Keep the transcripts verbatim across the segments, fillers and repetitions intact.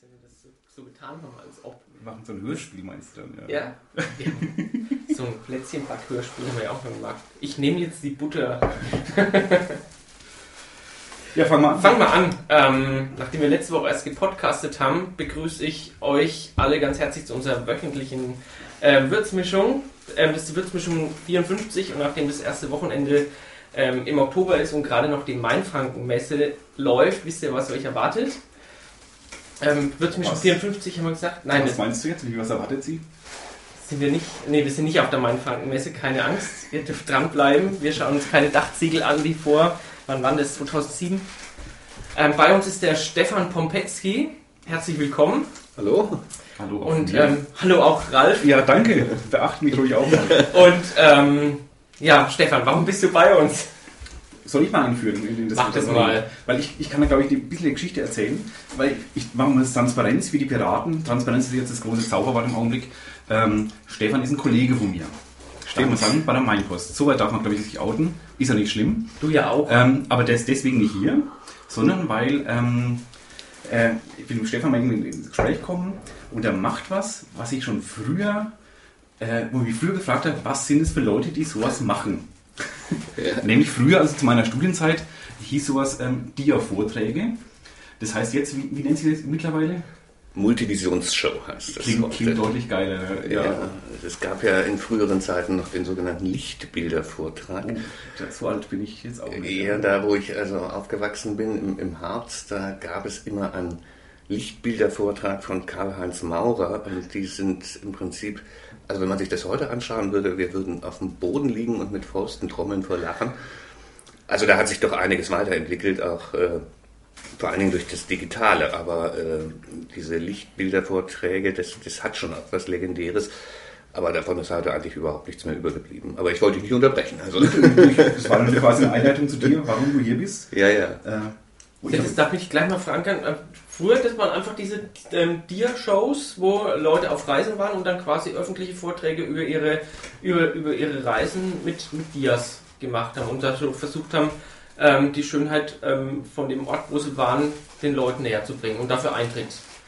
wenn wir das so, so getan haben, als ob. Wir machen so ein Hörspiel, meinst du dann? Ja. ja. ja. So ein Plätzchenback-Hörspiel haben wir ja auch noch gemacht. Ich nehme jetzt die Butter. Ja, fang mal an. Fang mal an. Ähm, nachdem wir letzte Woche erst gepodcastet haben, begrüße ich euch alle ganz herzlich zu unserer wöchentlichen äh, Würzmischung. Ähm, das ist die Würzmischung vierundfünfzig und nachdem das erste Wochenende ähm, im Oktober ist und gerade noch die Mainfranken-Messe läuft, wisst ihr, was euch erwartet? Ähm, Würzmischung was? vierundfünfzig haben wir gesagt. Nein, was meinst du jetzt? Wie, was erwartet sie? Sind wir nicht? Nee, wir sind nicht auf der Mainfranken-Messe, keine Angst. Ihr dürft dranbleiben. Wir schauen uns keine Dachziegel an wie vor. Wann war das? zweitausendsieben. Ähm, bei uns ist der Stefan Pompetzky. Herzlich willkommen. Hallo. Hallo auch Und ähm, hallo auch Ralf. Ja, danke. Beachten mich ruhig auch mal. Und ähm, ja, Stefan, warum bist du bei uns? Soll ich mal einführen? In das Mach das mal. Weil ich, ich kann da, glaube ich, ein bisschen Geschichte erzählen. Weil ich mache mal das Transparenz wie die Piraten. Transparenz ist jetzt das große Zauberwort im Augenblick. Ähm, Stefan ist ein Kollege von mir. Steht man sagen, bei der Mainpost. Soweit darf man, glaube ich, sich outen. Ist ja nicht schlimm. Du ja auch. Ähm, aber der ist deswegen nicht hier, sondern weil ähm, äh, ich will mit Stefan mal irgendwie ins Gespräch kommen und er macht was, was ich schon früher, äh, wo ich mich früher gefragt habe, was sind es für Leute, die sowas machen? Ja. Nämlich früher, also zu meiner Studienzeit, hieß sowas ähm, Dia-Vorträge. Das heißt jetzt, wie, wie nennt sich das mittlerweile? Multivisionsshow heißt das. Klingt, klingt deutlich geiler. Ja. ja, es gab ja in früheren Zeiten noch den sogenannten Lichtbildervortrag. Oh, so alt bin ich jetzt auch nicht. Ja, da wo ich also aufgewachsen bin, im, im Harz, da gab es immer einen Lichtbildervortrag von Karl-Heinz Maurer. Und die sind im Prinzip, also wenn man sich das heute anschauen würde, wir würden auf dem Boden liegen und mit Fäusten trommeln vor Lachen. Also da hat sich doch einiges weiterentwickelt, auch äh, vor allen Dingen durch das Digitale, aber äh, diese Lichtbildervorträge, das, das hat schon etwas Legendäres, aber davon ist heute eigentlich überhaupt nichts mehr übergeblieben. Aber ich wollte dich nicht unterbrechen. Also. Das war dann quasi eine Einleitung zu dir, warum du hier bist. Ja, ja. Äh, ja das darf ich gleich mal fragen kann. Früher, das waren einfach diese ähm, Dia-Shows, wo Leute auf Reisen waren und dann quasi öffentliche Vorträge über ihre, über, über ihre Reisen mit, mit Dias gemacht haben und dazu versucht haben, ähm, die Schönheit ähm, von dem Ort, wo sie waren, den Leuten näher zu bringen und dafür Eintritt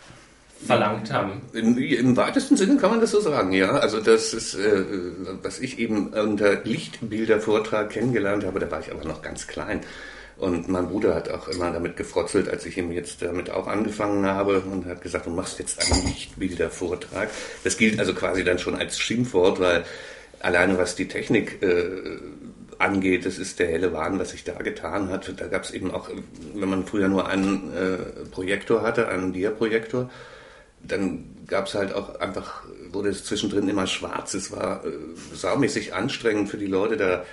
verlangt haben. Im, Im weitesten Sinne kann man das so sagen, ja. Also das ist, äh, was ich eben unter Lichtbildervortrag kennengelernt habe, da war ich aber noch ganz klein. Und mein Bruder hat auch immer damit gefrotzelt, als ich ihm jetzt damit auch angefangen habe und hat gesagt, du machst jetzt einen Lichtbildervortrag. Das gilt also quasi dann schon als Schimpfwort, weil alleine was die Technik äh, angeht, das ist der helle Wahn, was sich da getan hat. Da gab es eben auch, wenn man früher nur einen äh, Projektor hatte, einen Dia-Projektor, dann gab es halt auch einfach, wurde es zwischendrin immer schwarz. Es war äh, saumäßig anstrengend für die Leute da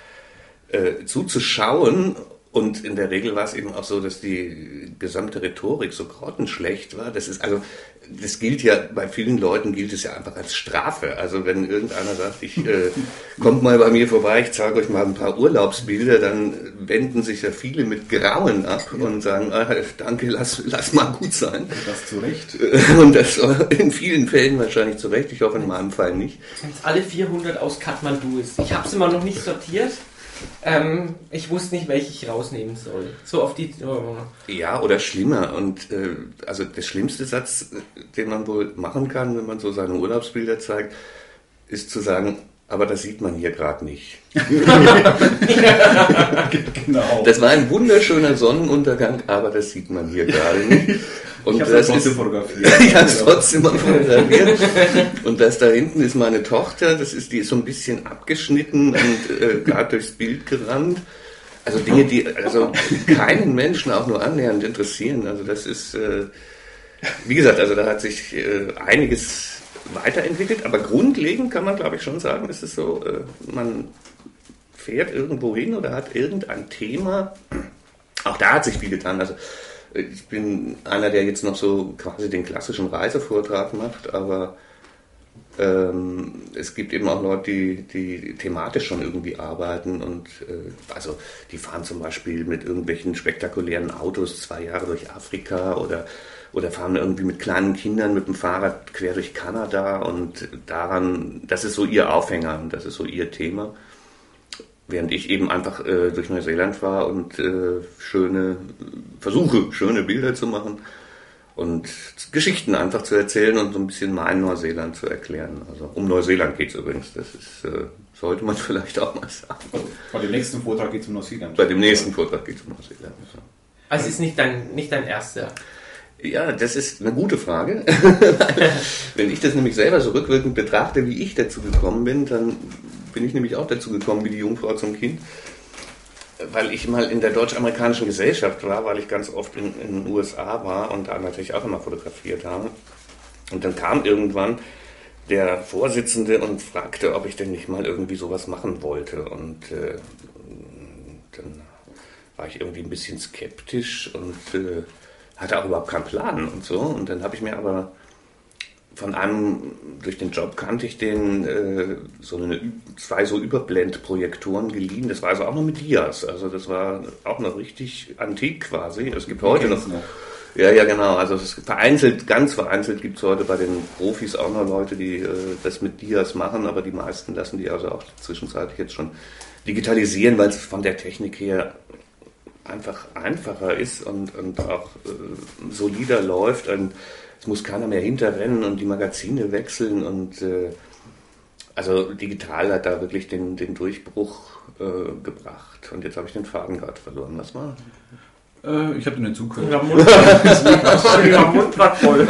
äh, zuzuschauen. Und in der Regel war es eben auch so, dass die gesamte Rhetorik so grottenschlecht war. Das ist also, das gilt ja, bei vielen Leuten gilt es ja einfach als Strafe. Also wenn irgendeiner sagt, ich äh, kommt mal bei mir vorbei, ich zeige euch mal ein paar Urlaubsbilder, dann wenden sich ja viele mit Grauen ab ja. und sagen, ah, danke, lass, lass mal gut sein. Und das zu Recht. Und das in vielen Fällen wahrscheinlich zu Recht, ich hoffe in meinem Fall nicht. Wenn es alle vierhundert aus Kathmandu ist. Ich habe es immer noch nicht sortiert. Ähm, ich wusste nicht, welche ich rausnehmen soll. So auf die. Oh. Ja, oder schlimmer. Und äh, also der schlimmste Satz, den man wohl machen kann, wenn man so seine Urlaubsbilder zeigt, ist zu sagen, aber das sieht man hier gerade nicht. Genau. Das war ein wunderschöner Sonnenuntergang, aber das sieht man hier gerade nicht. Und ich habe es trotzdem fotografiert. Ich habe es trotzdem mal fotografiert. Und das da hinten ist meine Tochter, das ist, die ist so ein bisschen abgeschnitten und äh, gerade durchs Bild gerannt. Also Dinge, die also keinen Menschen auch nur annähernd interessieren. Also das ist, äh, wie gesagt, also da hat sich äh, einiges weiterentwickelt, aber grundlegend kann man, glaube ich, schon sagen, ist es so, äh, man fährt irgendwo hin oder hat irgendein Thema. Auch da hat sich viel getan. Also ich bin einer, der jetzt noch so quasi den klassischen Reisevortrag macht, aber ähm, es gibt eben auch Leute, die, die thematisch schon irgendwie arbeiten und äh, also die fahren zum Beispiel mit irgendwelchen spektakulären Autos zwei Jahre durch Afrika oder, oder fahren irgendwie mit kleinen Kindern mit dem Fahrrad quer durch Kanada und daran, das ist so ihr Aufhänger und das ist so ihr Thema. Während ich eben einfach äh, durch Neuseeland war und äh, schöne versuche, schöne Bilder zu machen. und Geschichten einfach zu erzählen und so ein bisschen mein Neuseeland zu erklären. Also um Neuseeland geht es übrigens, das ist, äh, sollte man vielleicht auch mal sagen. Bei dem nächsten Vortrag geht es um Neuseeland. Bei dem nächsten Vortrag geht es um Neuseeland. Ja. Also es ist nicht dein, nicht dein erster. Ja, das ist eine gute Frage. Wenn ich das nämlich selber so rückwirkend betrachte, wie ich dazu gekommen bin, dann bin ich nämlich auch dazu gekommen wie die Jungfrau zum Kind, weil ich mal in der deutsch-amerikanischen Gesellschaft war, weil ich ganz oft in, in den U S A war und da natürlich auch immer fotografiert habe. Und dann kam irgendwann der Vorsitzende und fragte, ob ich denn nicht mal irgendwie sowas machen wollte. Und äh, dann war ich irgendwie ein bisschen skeptisch und äh, hatte auch überhaupt keinen Plan und so. Und dann habe ich mir aber von einem, durch den Job kannte ich den, äh, so eine, zwei so Überblendprojektoren geliehen. Das war also auch noch mit Dias. Also das war auch noch richtig antik quasi. Es gibt heute noch... noch. Ja, ja, genau. Also es ist vereinzelt, ganz vereinzelt gibt es heute bei den Profis auch noch Leute, die äh, das mit Dias machen, aber die meisten lassen die also auch zwischenzeitlich jetzt schon digitalisieren, weil es von der Technik her einfach einfacher ist und, und auch äh, solider läuft. Und es muss keiner mehr hinterrennen und die Magazine wechseln. Und äh, also digital hat da wirklich den, den Durchbruch äh, gebracht. Und jetzt habe ich den Faden gerade verloren. Was war? Äh, ich habe dir nicht zugehört. Ja, Mund, ja, Mund grad voll.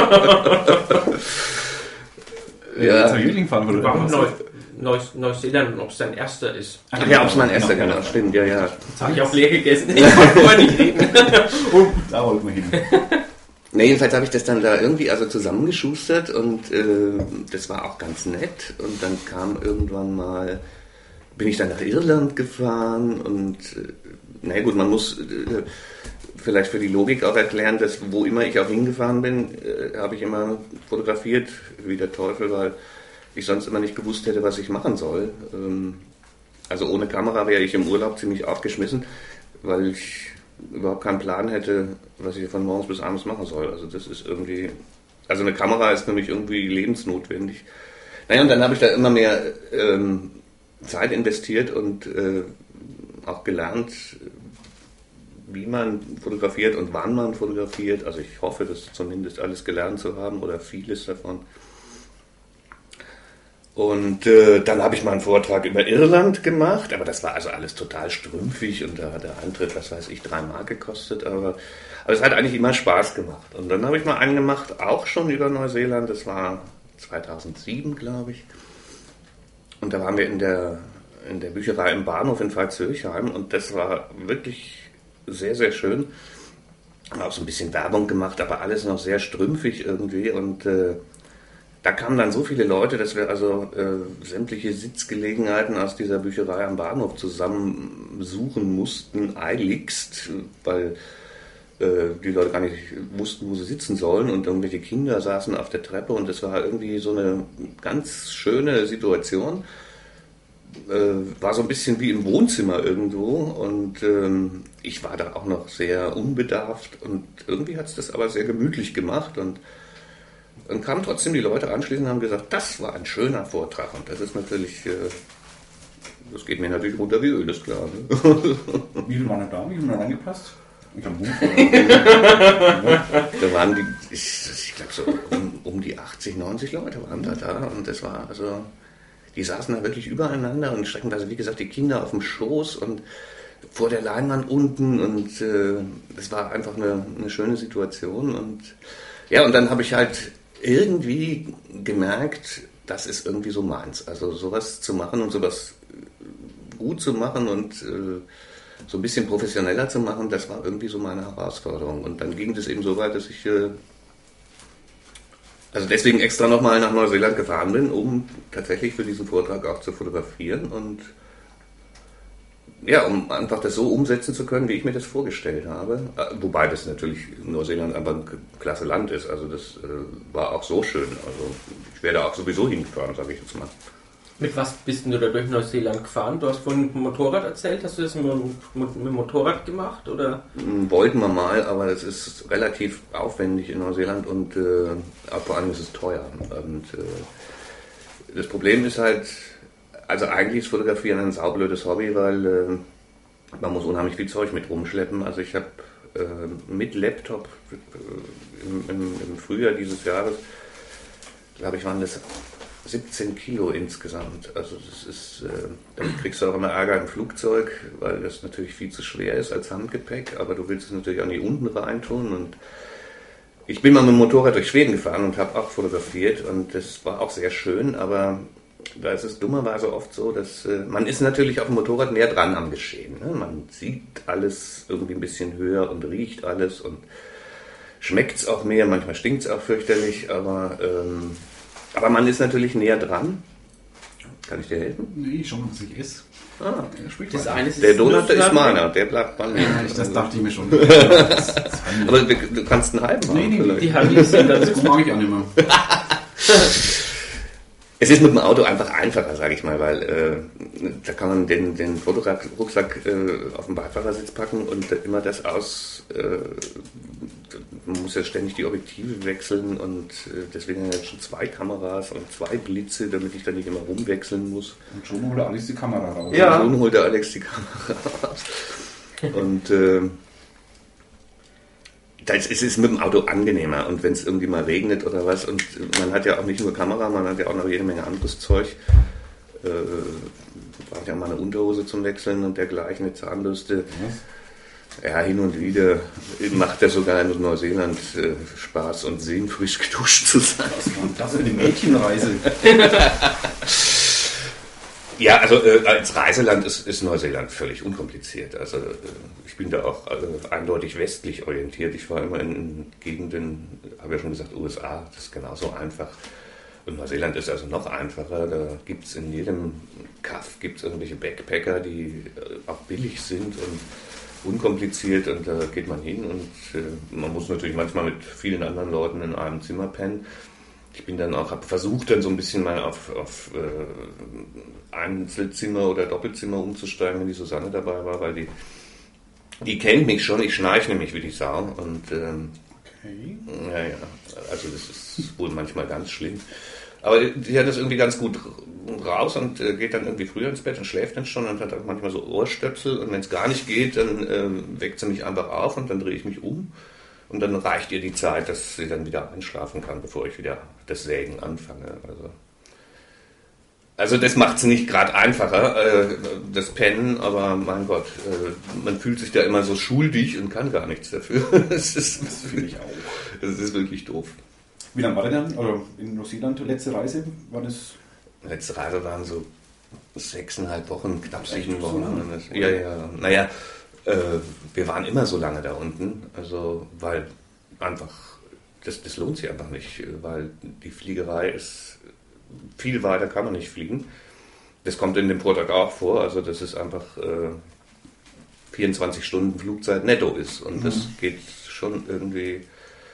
Ja, jetzt habe ich den Faden verloren. Warum Neu, Neu, Neuseeland, ob es dein erster ist? Ach ja, ob es mein erster, genau, genau, stimmt, ja, ja. Jetzt habe ich auch leer gegessen. Ich wollte vorher nicht reden. Oh, da wollten wir hin. Ne, jedenfalls habe ich das dann da irgendwie also zusammengeschustert und äh, das war auch ganz nett. Und dann kam irgendwann mal, bin ich dann nach Irland gefahren und äh, na gut, man muss äh, vielleicht für die Logik auch erklären, dass wo immer ich auch hingefahren bin, äh, habe ich immer fotografiert wie der Teufel, weil ich sonst immer nicht gewusst hätte, was ich machen soll. Ähm, also ohne Kamera wäre ich im Urlaub ziemlich aufgeschmissen, weil ich überhaupt keinen Plan hätte, was ich von morgens bis abends machen soll. Also das ist irgendwie, also eine Kamera ist für mich irgendwie lebensnotwendig. Naja, und dann habe ich da immer mehr ähm, Zeit investiert und äh, auch gelernt, wie man fotografiert und wann man fotografiert. Also ich hoffe, das zumindest alles gelernt zu haben oder vieles davon. Und äh, dann habe ich mal einen Vortrag über Irland gemacht, aber das war also alles total strümpfig und da hat der Eintritt, was weiß ich, drei Mark gekostet, aber, aber es hat eigentlich immer Spaß gemacht. Und dann habe ich mal einen gemacht, auch schon über Neuseeland, das war zweitausendsieben, glaube ich. Und da waren wir in der, in der Bücherei im Bahnhof in Pfalz-Höchheim und das war wirklich sehr, sehr schön. Haben auch so ein bisschen Werbung gemacht, aber alles noch sehr strümpfig irgendwie und äh, da kamen dann so viele Leute, dass wir also äh, sämtliche Sitzgelegenheiten aus dieser Bücherei am Bahnhof zusammensuchen mussten, eiligst, weil äh, die Leute gar nicht wussten, wo sie sitzen sollen und irgendwelche Kinder saßen auf der Treppe und das war irgendwie so eine ganz schöne Situation. Äh, war so ein bisschen wie im Wohnzimmer irgendwo und ähm, ich war da auch noch sehr unbedarft und irgendwie hat es das aber sehr gemütlich gemacht und dann kamen trotzdem die Leute anschließend und haben gesagt, das war ein schöner Vortrag. Und das ist natürlich, äh, das geht mir natürlich runter wie Öl, ist klar. Ne? Wie viel waren da da? Wie viel haben da reingepasst? Ich habe Da waren die, ich, ich glaube so um, um die achtzig, neunzig Leute waren da da. Und das war also, die saßen da wirklich übereinander und streckenweise, wie gesagt, die Kinder auf dem Schoß und vor der Leinwand unten. Und äh, das war einfach eine, eine schöne Situation. Und ja, und dann habe ich halt irgendwie gemerkt, das ist irgendwie so meins. Also sowas zu machen und sowas gut zu machen und äh, so ein bisschen professioneller zu machen, das war irgendwie so meine Herausforderung. Und dann ging es eben so weit, dass ich äh, also deswegen extra nochmal nach Neuseeland gefahren bin, um tatsächlich für diesen Vortrag auch zu fotografieren und ja, um einfach das so umsetzen zu können, wie ich mir das vorgestellt habe. Wobei das natürlich Neuseeland einfach ein klasse Land ist. Also das äh, war auch so schön. Also ich werde auch sowieso hingefahren, sage ich jetzt mal. Mit was bist du da durch Neuseeland gefahren? Du hast vorhin mit dem Motorrad erzählt. Hast du das mit, mit, mit dem Motorrad gemacht? Oder? Wollten wir mal, aber es ist relativ aufwendig in Neuseeland und äh, auch vor allem ist es teuer. Und äh, das Problem ist halt, also eigentlich ist Fotografieren ein saublödes Hobby, weil äh, man muss unheimlich viel Zeug mit rumschleppen. Also ich habe äh, mit Laptop äh, im, im, im Frühjahr dieses Jahres, glaube ich, waren das siebzehn Kilo insgesamt. Also das ist, äh, dann kriegst du auch immer Ärger im Flugzeug, weil das natürlich viel zu schwer ist als Handgepäck, aber du willst es natürlich auch nicht unten reintun. Und ich bin mal mit dem Motorrad durch Schweden gefahren und habe auch fotografiert und das war auch sehr schön, aber da ist es dummerweise oft so, dass äh, man ist natürlich auf dem Motorrad näher dran am Geschehen. Ne? Man sieht alles irgendwie ein bisschen höher und riecht alles und schmeckt es auch mehr, manchmal stinkt es auch fürchterlich, aber, ähm, aber man ist natürlich näher dran. Kann ich dir helfen? Nee, schon, was ich esse. Ah, das eine ist der Donut ist meiner, der bleibt bei mir. Ja, ich, das dachte ich mir schon. Das, das aber du, du kannst einen halben nee, haben. Nee, die halben sind ganz das mag ich auch nicht mehr. Es ist mit dem Auto einfach einfacher, sage ich mal, weil äh, da kann man den, den Fotorucksack äh, auf den Beifahrersitz packen und immer das aus. Äh, man muss ja ständig die Objektive wechseln und äh, deswegen jetzt schon zwei Kameras und zwei Blitze, damit ich dann nicht immer rumwechseln muss. Und schon holt der Alex die Kamera raus. Ja, und schon holt der Alex die Kamera raus. Und äh, das ist es mit dem Auto angenehmer und wenn es irgendwie mal regnet oder was und man hat ja auch nicht nur Kamera, man hat ja auch noch jede Menge anderes Zeug. Äh, braucht ja mal eine Unterhose zum Wechseln und dergleichen, eine Zahnbürste. Was? Ja, hin und wieder macht er sogar in Neuseeland äh, Spaß und Sinn, frisch geduscht zu sein. Was war das für eine Mädchenreise? Ja, also äh, als Reiseland ist, ist Neuseeland völlig unkompliziert. Also äh, ich bin da auch äh, eindeutig westlich orientiert. Ich war immer in, in Gegenden, habe ja schon gesagt, U S A, das ist genauso einfach. Und Neuseeland ist also noch einfacher. Da gibt es in jedem Kaff gibt's irgendwelche Backpacker, die äh, auch billig sind und unkompliziert. Und da geht man hin und äh, man muss natürlich manchmal mit vielen anderen Leuten in einem Zimmer pennen. Ich bin dann auch, habe versucht dann so ein bisschen mal auf, auf äh, Einzelzimmer oder Doppelzimmer umzusteigen, wenn die Susanne dabei war, weil die, die kennt mich schon, ich schnarche nämlich wie die Sau und ähm, okay. Ja, ja, also das ist wohl manchmal ganz schlimm. Aber die hat das irgendwie ganz gut raus und äh, geht dann irgendwie früher ins Bett und schläft dann schon und hat auch manchmal so Ohrstöpsel und wenn es gar nicht geht, dann äh, weckt sie mich einfach auf und dann drehe ich mich um. Und dann reicht ihr die Zeit, dass sie dann wieder einschlafen kann, bevor ich wieder das Sägen anfange. Also, also das macht es nicht gerade einfacher, äh, das Pennen, aber mein Gott, äh, man fühlt sich da immer so schuldig und kann gar nichts dafür. Das ist, das finde ich auch. Das ist wirklich doof. Wie lange war der dann? Oder in Neuseeland, letzte Reise? War das? Letzte Reise waren so sechseinhalb Wochen, knapp sieben so Wochen. lange? Ja, ja, naja. Wir waren immer so lange da unten, also weil einfach, das, das lohnt sich einfach nicht, weil die Fliegerei ist, viel weiter kann man nicht fliegen. Das kommt in dem Vortrag auch vor, also dass es einfach äh, vierundzwanzig Stunden Flugzeit netto ist und mhm. das geht schon irgendwie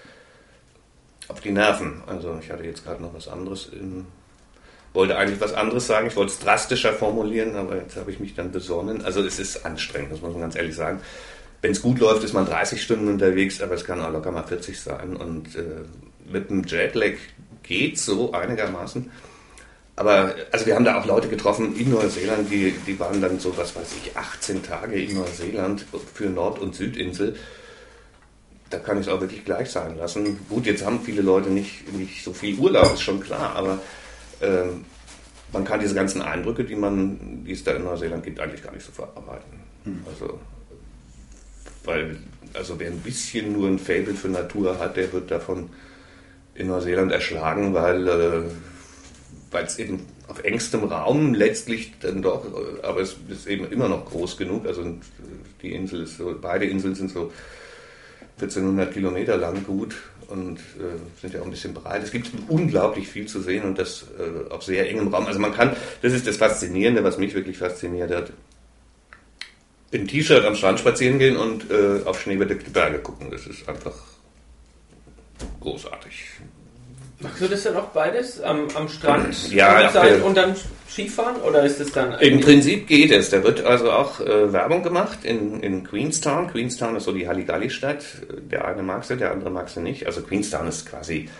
auf die Nerven. Also ich hatte jetzt gerade noch was anderes im wollte eigentlich was anderes sagen, ich wollte es drastischer formulieren, aber jetzt habe ich mich dann besonnen. Also es ist anstrengend, das muss man ganz ehrlich sagen. Wenn es gut läuft, ist man dreißig Stunden unterwegs, aber es kann auch locker mal vierzig sein. Und äh, mit dem Jetlag geht so einigermaßen. Aber also wir haben da auch Leute getroffen in Neuseeland, die, die waren dann so, was weiß ich, achtzehn Tage in Neuseeland für Nord- und Südinsel. Da kann ich es auch wirklich gleich sein lassen. Gut, jetzt haben viele Leute nicht, nicht so viel Urlaub, ist schon klar, aber Ähm, man kann diese ganzen Eindrücke, die man, die es da in Neuseeland gibt, eigentlich gar nicht so verarbeiten. Hm. Also, weil, also wer ein bisschen nur ein Faible für Natur hat, der wird davon in Neuseeland erschlagen, weil äh, weil es eben auf engstem Raum letztlich dann doch, aber es ist eben immer noch groß genug. Also die Insel ist so, beide Inseln sind so vierzehnhundert Kilometer lang gut und äh, sind ja auch ein bisschen breit. Es gibt unglaublich viel zu sehen und das äh, auf sehr engem Raum. Also man kann, das ist das Faszinierende, was mich wirklich fasziniert hat, im T-Shirt am Strand spazieren gehen und äh, auf schneebedeckte Berge gucken. Das ist einfach großartig. Machst du das dann auch beides? Am, am Strand ja, sein und dann Skifahren? Oder ist es dann... Im Prinzip geht es. Da wird also auch äh, Werbung gemacht in, in Queenstown. Queenstown ist so die Halligalli-Stadt. Der eine mag sie, der andere mag sie nicht. Also Queenstown ist quasi...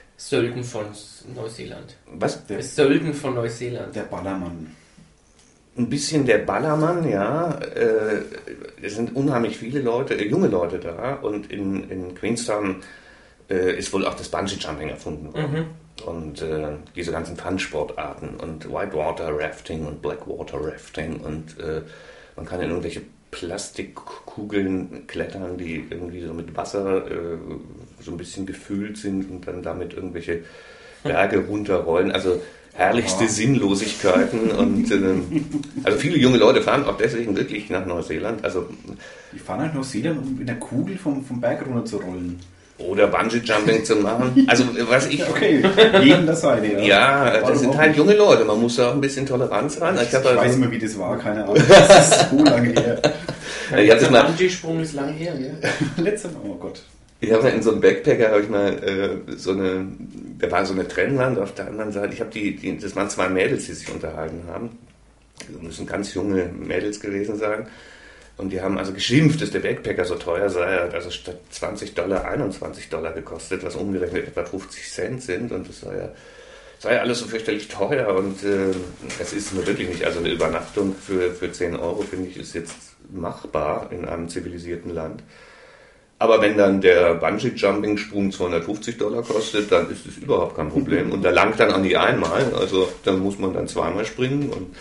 Sölden von Neuseeland. Was? Der ist Sölden von Neuseeland. Der Ballermann. ein bisschen der Ballermann, ja. Äh, es sind unheimlich viele Leute, äh, junge Leute da und in, in Queenstown äh, ist wohl auch das Bungee-Jumping erfunden worden. Mhm. Und äh, diese ganzen Fun-Sportarten und Whitewater Rafting und Blackwater Rafting und äh, man kann in irgendwelche Plastikkugeln klettern, die irgendwie so mit Wasser äh, so ein bisschen gefüllt sind und dann damit irgendwelche Berge runterrollen. Also herrlichste ja. Sinnlosigkeiten und ähm, also viele junge Leute fahren auch deswegen wirklich nach Neuseeland. Also die fahren nach Neuseeland, um in der Kugel vom, vom Berg runter zu rollen. Oder Bungee-Jumping zu machen. Also was ich... Okay, jedem das seine, ja. Ja, das sind halt junge Leute. Man muss da auch ein bisschen Toleranz ran. Ich, ich, ich also, weiß immer, wie das war, keine Ahnung. Das ist so lange her. Ja, ich der Bungee-Sprung ist lange her, ja. Letztes Mal, oh Gott. Ich habe in so einem Backpacker, habe ich mal äh, so eine, da war so eine Trennwand auf der anderen Seite. Ich habe die, die, das waren zwei Mädels, die sich unterhalten haben. Das müssen ganz junge Mädels gewesen sein. Und die haben also geschimpft, dass der Backpacker so teuer sei. Er hat also statt zwanzig Dollar einundzwanzig Dollar gekostet, was umgerechnet etwa fünfzig Cent sind. Und das sei ja, sei ja alles so fürchterlich teuer. Und äh, es ist nur wirklich nicht. Also eine Übernachtung für, für zehn Euro, finde ich, ist jetzt machbar in einem zivilisierten Land. Aber wenn dann der Bungee-Jumping-Sprung zweihundertfünfzig Dollar kostet, dann ist es überhaupt kein Problem. Und da langt dann auch nicht einmal. Also dann muss man dann zweimal springen und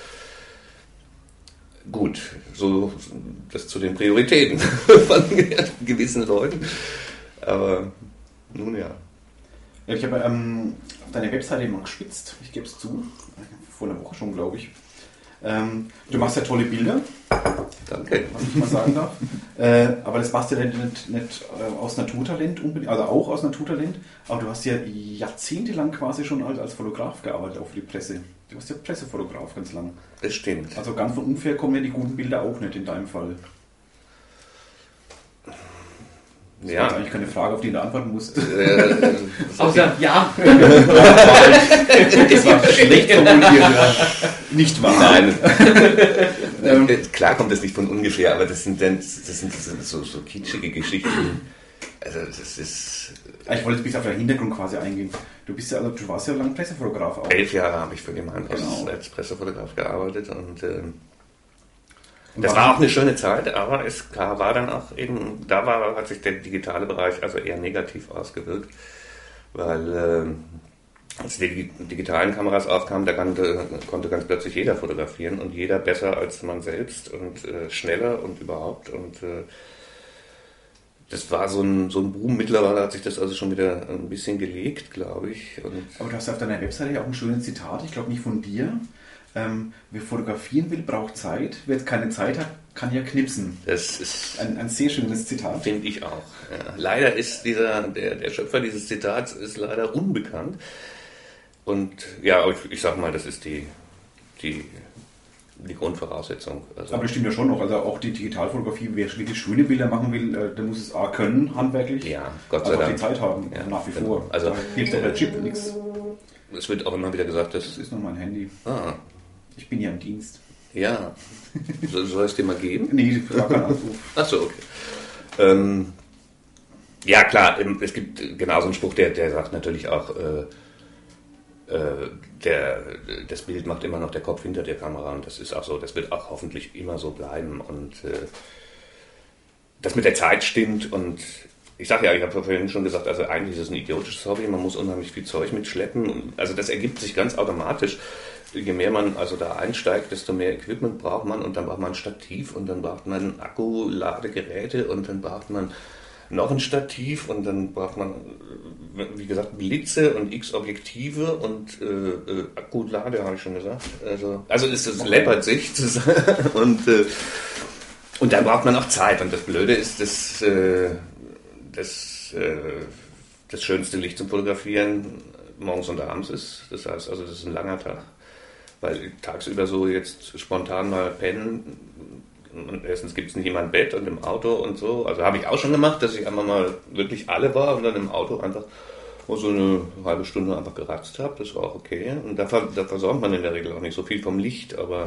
gut, so das zu den Prioritäten von gewissen Leuten. Aber nun ja. Ja, ich habe ähm, auf deiner Webseite immer gespitzt, ich gebe es zu, vor einer Woche schon, glaube ich. Ähm, du machst ja tolle Bilder. Danke. Was ich mal sagen darf. äh, aber das machst du ja nicht, nicht äh, aus Naturtalent unbedingt, also auch aus Naturtalent, aber du hast ja jahrzehntelang quasi schon als, als Fotograf gearbeitet, auch für die Presse. Du warst ja Pressefotograf ganz lang. Das stimmt. Also ganz von unfair kommen ja die guten Bilder auch nicht in deinem Fall. Das ja. war eigentlich keine Frage, auf die du antworten musst. Äh, Außer ja. Das war schlecht formuliert. Nicht wahr? Nein. ähm, Klar kommt das nicht von ungefähr, aber das sind dann das sind so, so kitschige Geschichten. Also das ist... Ich wollte jetzt auf den Hintergrund quasi eingehen. Du bist ja, also du warst ja lange Pressefotograf auch. Elf Jahre habe ich für Gemeinpost genau. als Pressefotograf gearbeitet und äh, das war auch eine schöne Zeit, aber es war dann auch eben, da war, hat sich der digitale Bereich also eher negativ ausgewirkt, weil äh, als die digitalen Kameras aufkamen, da konnte, konnte ganz plötzlich jeder fotografieren und jeder besser als man selbst und äh, schneller und überhaupt und äh, das war so ein, so ein Boom. Mittlerweile hat sich das also schon wieder ein bisschen gelegt, glaube ich. Und aber du hast auf deiner Webseite ja auch ein schönes Zitat, ich glaube nicht von dir. Ähm, wer fotografieren will, braucht Zeit. Wer keine Zeit hat, kann ja knipsen. Das ist ein, ein sehr schönes Zitat. Finde ich auch. Ja. Leider ist dieser, der, der Schöpfer dieses Zitats ist leider unbekannt. Und ja, ich, ich sag mal, das ist die, die, die Grundvoraussetzung. Also, aber das stimmt ja schon noch. Also auch die Digitalfotografie, wer wirklich schöne Bilder machen will, äh, der muss es A können, handwerklich. Ja, Gott sei Dank. Aber auch die Zeit haben, ja, nach wie genau. vor. Also da hilft der Chip nichts. Es wird auch immer wieder gesagt, dass... Das ist nur mein Handy. Ah. Ich bin ja im Dienst. Ja. So, soll es dir mal geben? Nee, gar kein Anruf. Achso, okay. Ähm, ja, klar, es gibt genau so einen Spruch, der, der sagt natürlich auch, äh, äh, der, das Bild macht immer noch der Kopf hinter der Kamera und das ist auch so, das wird auch hoffentlich immer so bleiben und äh, das mit der Zeit stimmt und ich sage ja, ich habe vorhin schon gesagt, also eigentlich ist es ein idiotisches Hobby, man muss unheimlich viel Zeug mitschleppen, also das ergibt sich ganz automatisch. Je mehr man also da einsteigt, desto mehr Equipment braucht man und dann braucht man ein Stativ und dann braucht man Akkuladegeräte und dann braucht man noch ein Stativ und dann braucht man, wie gesagt, Blitze und x Objektive und äh, Akkulade, habe ich schon gesagt. Also, also ist es läppert sich zusammen und, äh, und dann braucht man auch Zeit und das Blöde ist, dass äh, das, äh, das schönste Licht zum Fotografieren morgens und abends ist. Das heißt also, das ist ein langer Tag. Weil tagsüber so jetzt spontan mal pennen, und erstens gibt es nicht immer ein Bett und im Auto und so, also habe ich auch schon gemacht, dass ich einmal mal wirklich alle war und dann im Auto einfach so eine halbe Stunde einfach geratzt habe, das war auch okay und da, da versorgt man in der Regel auch nicht so viel vom Licht, aber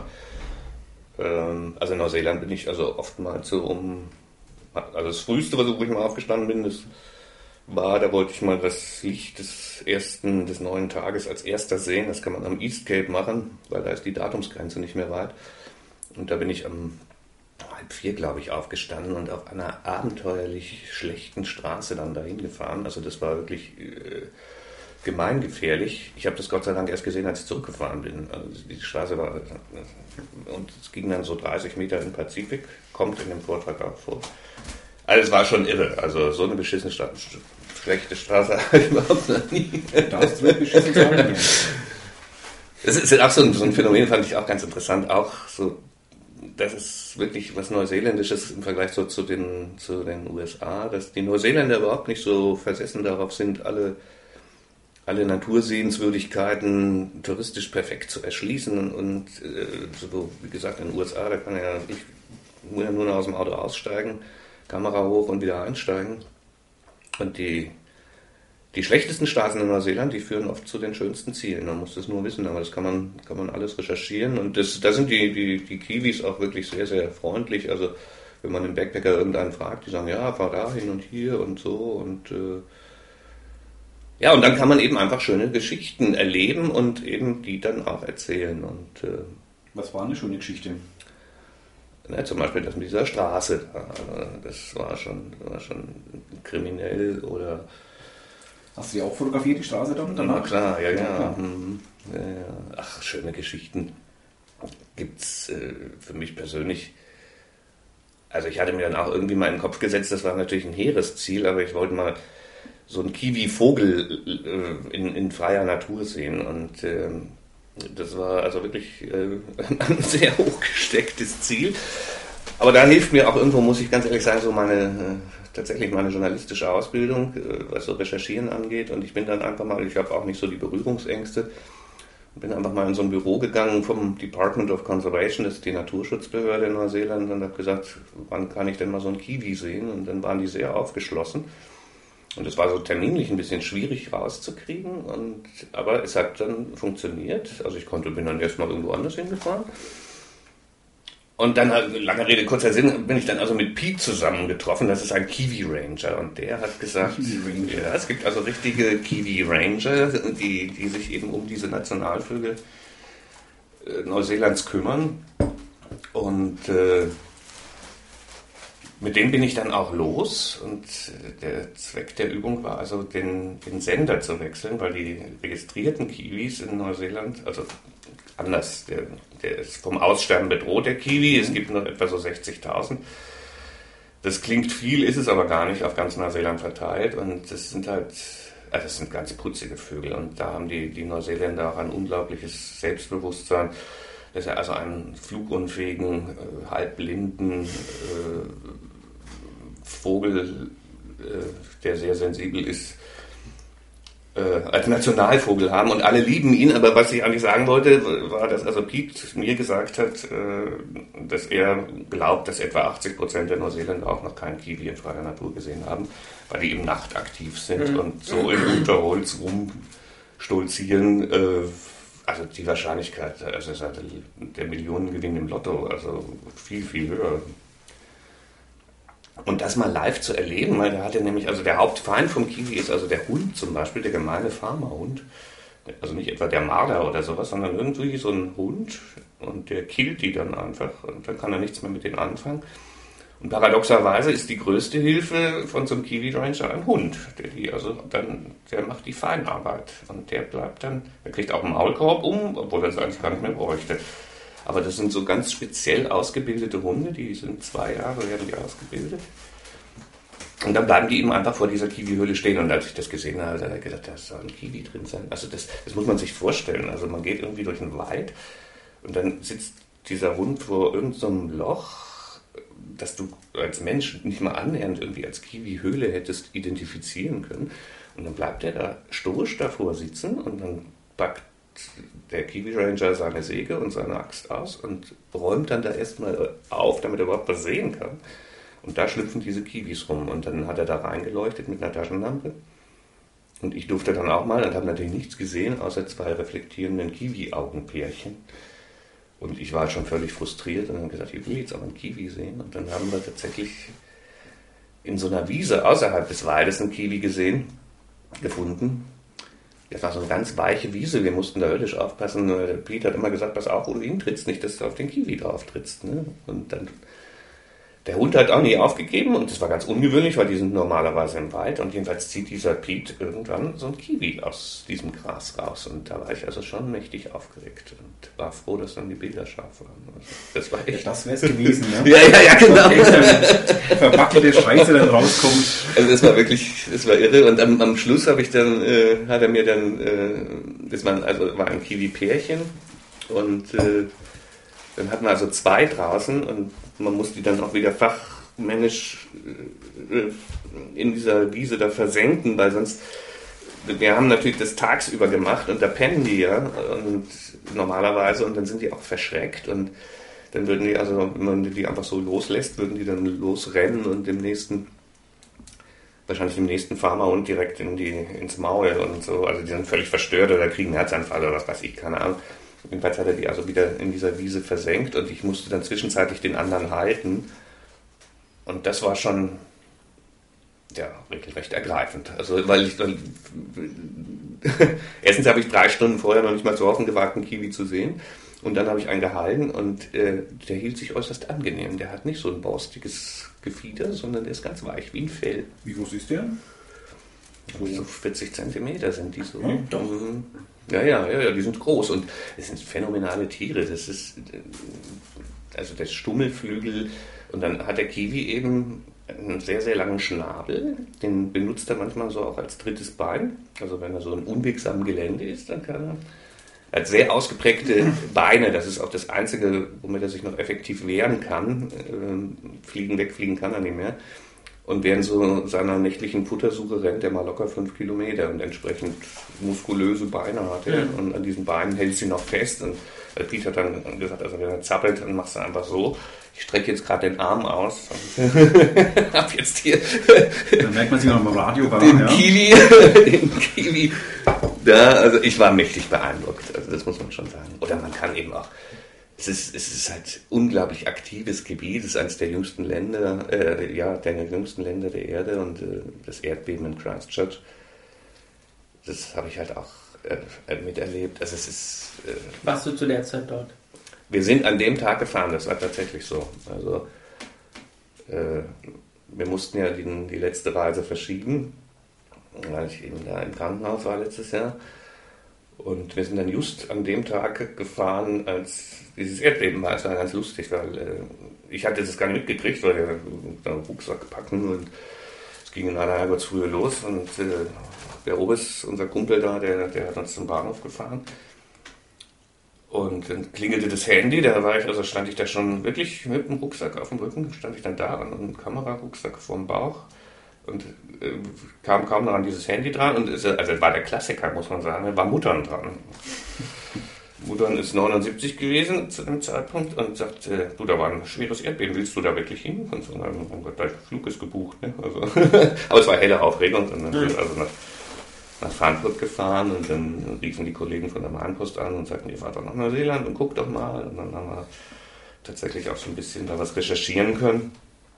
ähm, also in Neuseeland bin ich also oftmals so um, also das früheste, wo ich mal aufgestanden bin, das war, da wollte ich mal das Licht des ersten, des neuen Tages als erster sehen. Das kann man am East Cape machen, weil da ist die Datumsgrenze nicht mehr weit. Und da bin ich um halb vier, glaube ich, aufgestanden und auf einer abenteuerlich schlechten Straße dann dahin gefahren. Also das war wirklich äh, gemeingefährlich. Ich habe das Gott sei Dank erst gesehen, als ich zurückgefahren bin. Also die Straße war... Und es ging dann so dreißig Meter in den Pazifik, kommt in dem Vortrag auch vor. Also es war schon irre. Also so eine beschissene Stadt, schlechte Straße habe ich überhaupt noch nie. Das wird beschissen sein. Das ist auch so ein, so ein Phänomen, fand ich auch ganz interessant. Auch so, das ist wirklich was Neuseeländisches im Vergleich so zu den, zu den U S A, dass die Neuseeländer überhaupt nicht so versessen darauf sind, alle alle Natursehenswürdigkeiten touristisch perfekt zu erschließen. Und, und äh, so, wie gesagt, in den U S A, da kann ja ich muss ja nur noch aus dem Auto aussteigen, Kamera hoch und wieder einsteigen. Und die, die schlechtesten Straßen in Neuseeland, die führen oft zu den schönsten Zielen. Man muss das nur wissen, aber das kann man, kann man alles recherchieren. Und das, da sind die, die, die Kiwis auch wirklich sehr, sehr freundlich. Also wenn man den Backpacker irgendeinen fragt, die sagen, ja, fahr da hin und hier und so. Und äh, ja, und dann kann man eben einfach schöne Geschichten erleben und eben die dann auch erzählen. Und äh, was war eine schöne Geschichte? Na, zum Beispiel das mit dieser Straße. Das war schon, war schon kriminell oder... Hast du die auch fotografiert, die Straße dann? Na klar, ja, ja. ja. ja, ja. Ach, schöne Geschichten gibt's äh, für mich persönlich. Also ich hatte mir dann auch irgendwie mal in den Kopf gesetzt, das war natürlich ein hehres Ziel, aber ich wollte mal so einen Kiwi-Vogel äh, in, in freier Natur sehen. Und äh, das war also wirklich äh, ein sehr hochgestecktes Ziel. Aber da hilft mir auch irgendwo, muss ich ganz ehrlich sagen, so meine äh, tatsächlich meine journalistische Ausbildung, äh, was so Recherchieren angeht. Und ich bin dann einfach mal, ich habe auch nicht so die Berührungsängste, bin einfach mal in so ein Büro gegangen vom Department of Conservation, das ist die Naturschutzbehörde in Neuseeland, und habe gesagt, wann kann ich denn mal so ein Kiwi sehen? Und dann waren die sehr aufgeschlossen. Und es war so terminlich ein bisschen schwierig rauszukriegen, und, aber es hat dann funktioniert. Also ich konnte, bin dann erstmal irgendwo anders hingefahren. Und dann, lange Rede, kurzer Sinn, bin ich dann also mit Pete zusammengetroffen. Das ist ein Kiwi Ranger. Und der hat gesagt, ja, es gibt also richtige Kiwi Ranger, die, die sich eben um diese Nationalvögel äh, Neuseelands kümmern. Und äh, mit dem bin ich dann auch los, und der Zweck der Übung war also, den, den Sender zu wechseln, weil die registrierten Kiwis in Neuseeland, also anders, der, der ist vom Aussterben bedroht, der Kiwi, es gibt noch etwa so sechzigtausend. Das klingt viel, ist es aber gar nicht, auf ganz Neuseeland verteilt, und das sind halt, also das sind ganz putzige Vögel, und da haben die, die Neuseeländer auch ein unglaubliches Selbstbewusstsein. Dass er also einen flugunfähigen, äh, halbblinden äh, Vogel, äh, der sehr sensibel ist, äh, als Nationalvogel haben, und alle lieben ihn. Aber was ich eigentlich sagen wollte, war, dass also Pete mir gesagt hat, äh, dass er glaubt, dass etwa achtzig Prozent der Neuseeländer auch noch keinen Kiwi in freier Natur gesehen haben, weil die eben nachtaktiv sind mhm. und so im Unterholz rumstolzieren. Äh, Also die Wahrscheinlichkeit, also der Millionengewinn im Lotto, also viel, viel höher. Und das mal live zu erleben, weil der hatte nämlich, also der Hauptfeind vom Kiwi ist also der Hund zum Beispiel, der gemeine Farmerhund. Also nicht etwa der Marder oder sowas, sondern irgendwie so ein Hund, und der killt die dann einfach, und dann kann er nichts mehr mit denen anfangen. Und paradoxerweise ist die größte Hilfe von so einem Kiwi Ranger ein Hund, der die also dann, der macht die Feinarbeit, und der bleibt dann, der kriegt auch einen Maulkorb um, obwohl er es eigentlich gar nicht mehr bräuchte. Aber das sind so ganz speziell ausgebildete Hunde, die sind zwei Jahre, werden die ausgebildet. Und dann bleiben die eben einfach vor dieser Kiwi-Höhle stehen, und als ich das gesehen habe, da habe ich gedacht, da soll ein Kiwi drin sein. Also das, das muss man sich vorstellen, also man geht irgendwie durch den Wald, und dann sitzt dieser Hund vor irgendeinem so Loch, dass du als Mensch nicht mal annähernd irgendwie als Kiwi-Höhle hättest identifizieren können. Und dann bleibt er da stoisch davor sitzen, und dann packt der Kiwi-Ranger seine Säge und seine Axt aus und räumt dann da erstmal auf, damit er überhaupt was sehen kann. Und da schlüpfen diese Kiwis rum, und dann hat er da reingeleuchtet mit einer Taschenlampe. Und ich durfte dann auch mal und habe natürlich nichts gesehen, außer zwei reflektierenden Kiwi-Augenpärchen. Und ich war halt schon völlig frustriert und habe gesagt, ich will jetzt aber einen Kiwi sehen. Und dann haben wir tatsächlich in so einer Wiese außerhalb des Waldes einen Kiwi gesehen, gefunden. das war so eine ganz weiche Wiese, wir mussten da höllisch aufpassen. Pete hat immer gesagt, pass auf, wo du hintrittst, nicht, dass du auf den Kiwi drauf trittst. Ne? Und dann, der Hund hat auch nie aufgegeben und das war ganz ungewöhnlich, weil die sind normalerweise im Wald und jedenfalls zieht dieser Pete irgendwann so ein Kiwi aus diesem Gras raus und da war ich also schon mächtig aufgeregt und war froh, dass dann die Bilder scharf waren. Also das war echt... Ja, das wäre es gewesen, ne? ja, ja, ja, genau. Verbackelte Scheiße dann rauskommt. Also das war wirklich, das war irre und am, am Schluss habe ich dann, äh, hat er mir dann, äh, das war, also war ein Kiwi-Pärchen und äh, dann hatten wir also zwei draußen und man muss die dann auch wieder fachmännisch äh, in dieser Wiese da versenken, weil sonst, wir haben natürlich das tagsüber gemacht und da pennen die ja und normalerweise und dann sind die auch verschreckt und dann würden die, also wenn man die einfach so loslässt, würden die dann losrennen und im nächsten, wahrscheinlich im nächsten Farmerhund direkt in die, ins Maul und so, also die sind völlig verstört oder kriegen einen Herzanfall oder was weiß ich, keine Ahnung. Jedenfalls hat er die also wieder in dieser Wiese versenkt und ich musste dann zwischenzeitlich den anderen halten. Und das war schon, ja, wirklich recht ergreifend. Also, weil ich, weil, erstens habe ich drei Stunden vorher noch nicht mal zu hoffen gewagt, einen Kiwi zu sehen. Und dann habe ich einen gehalten und äh, der hielt sich äußerst angenehm. Der hat nicht so ein borstiges Gefieder, sondern der ist ganz weich, wie ein Fell. Wie groß ist der? So vierzig Zentimeter sind die so. Hm, doch. Ja, ja, ja, ja, die sind groß und es sind phänomenale Tiere. Das ist also der Stummelflügel und dann hat der Kiwi eben einen sehr, sehr langen Schnabel. Den benutzt er manchmal so auch als drittes Bein. Also wenn er so in unwegsamem Gelände ist, dann kann er... Er hat sehr ausgeprägte Beine. Das ist auch das Einzige, womit er sich noch effektiv wehren kann. Fliegen, wegfliegen kann er nicht mehr. Und während so seiner nächtlichen Futtersuche rennt er mal locker fünf Kilometer und entsprechend muskulöse Beine hat er. Und an diesen Beinen hält sie noch fest. Und Pete hat dann gesagt, also wenn er zappelt, dann machst du einfach so. Ich strecke jetzt gerade den Arm aus und hab jetzt hier dann merkt man sich noch im Radio war, den ja. Kiwi, den Kiwi. Da, also ich war mächtig beeindruckt. Also das muss man schon sagen. Oder man kann eben auch. Es ist, es ist halt unglaublich aktives Gebiet. Es ist eines der jüngsten Länder, äh, ja, der jüngsten Länder der Erde und äh, das Erdbeben in Christchurch. Das habe ich halt auch äh, miterlebt. Also es ist. Äh, Warst du zu der Zeit dort? Wir sind an dem Tag gefahren. Das war tatsächlich so. Also äh, wir mussten ja die, die letzte Reise verschieben, weil ich eben da im Krankenhaus war letztes Jahr. Und wir sind dann just an dem Tag gefahren, als dieses Erdbeben war. Es war ganz lustig, weil äh, ich hatte das gar nicht mitgekriegt, weil wir einen Rucksack packen und es ging in aller Herrgottsfrühe los. Und äh, der Obis, unser Kumpel da, der, der hat uns zum Bahnhof gefahren. Und dann klingelte das Handy, da war ich, also stand ich da schon wirklich mit dem Rucksack auf dem Rücken, stand ich dann da und einem Kamerarucksack vorm Bauch. Und äh, kam kaum noch an dieses Handy dran und ist, also war der Klassiker, muss man sagen, war Muttern dran. Muttern ist neunundsiebzig gewesen zu dem Zeitpunkt und sagt, äh, du, da war ein schweres Erdbeben, willst du da wirklich hin? Und so, oh mein Gott, der Flug ist gebucht. Ne? Also, aber es war helle Aufregung und dann sind wir also nach, nach Frankfurt gefahren und dann riefen die Kollegen von der Mahnpost an und sagten, ihr fahrt doch nach Neuseeland und guckt doch mal. Und dann haben wir tatsächlich auch so ein bisschen da was recherchieren können.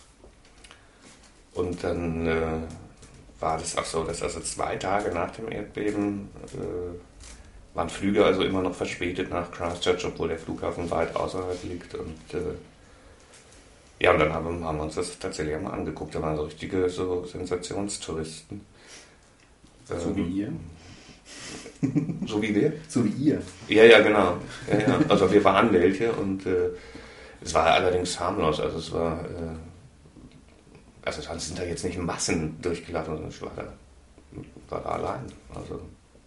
Und dann äh, war das auch so, dass also zwei Tage nach dem Erdbeben äh, waren Flüge also immer noch verspätet nach Christchurch, obwohl der Flughafen weit außerhalb liegt. Und äh, ja, und dann haben, haben wir uns das tatsächlich einmal angeguckt. Da waren so richtige so Sensationstouristen. So wie ihr? So wie wir? So wie ihr? Ja, ja, genau. Ja, ja. Also wir waren welche und äh, es war allerdings harmlos. Also es war... Äh, Also sonst sind da jetzt nicht Massen durchgelaufen, sondern ich war da, war da allein. Also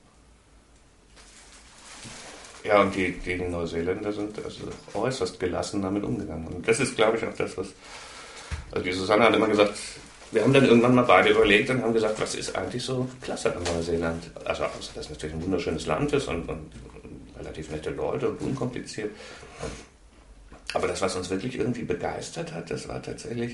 ja, und die, die Neuseeländer sind also äußerst gelassen damit umgegangen. Und das ist, glaube ich, auch das, was... Also die Susanne hat immer gesagt, wir haben dann irgendwann mal beide überlegt und haben gesagt, was ist eigentlich so klasse an Neuseeland? Also außer dass es natürlich ein wunderschönes Land ist und, und relativ nette Leute und unkompliziert. Aber das, was uns wirklich irgendwie begeistert hat, das war tatsächlich...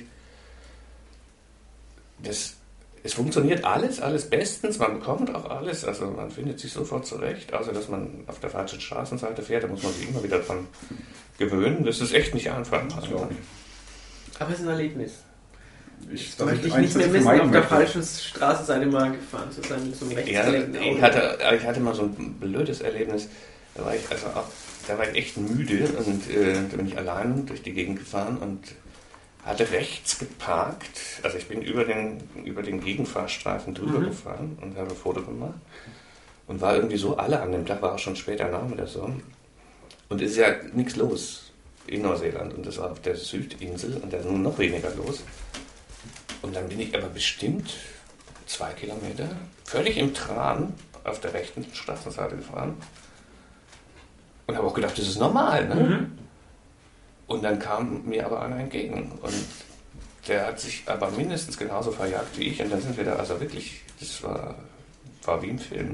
Das, es funktioniert alles, alles bestens, man bekommt auch alles, also man findet sich sofort zurecht, außer dass man auf der falschen Straßenseite fährt, da muss man sich immer wieder dran gewöhnen, das ist echt nicht einfach. Also, aber es ist ein Erlebnis. ich, das möchte ich nicht mehr wissen, auf der falschen Straßenseite mal gefahren zu sein mit so einem rechtsgelenkten Auto. Ja, ich hatte, ich hatte mal so ein blödes Erlebnis, da war ich also auch, da war ich echt müde und äh, da bin ich allein durch die Gegend gefahren und hatte rechts geparkt, also ich bin über den, über den Gegenfahrstreifen drüber mhm. gefahren und habe ein Foto gemacht und war irgendwie so alle an dem Tag, war auch schon später Nachmittag so und es ist ja nichts los in Neuseeland und das war auf der Südinsel und da ist nun noch weniger los. Und dann bin ich aber bestimmt zwei Kilometer völlig im Tran auf der rechten Straßenseite gefahren und habe auch gedacht, das ist normal, ne? Mhm. Und dann kam mir aber einer entgegen und der hat sich aber mindestens genauso verjagt wie ich und dann sind wir da, also wirklich, das war, war wie im Film.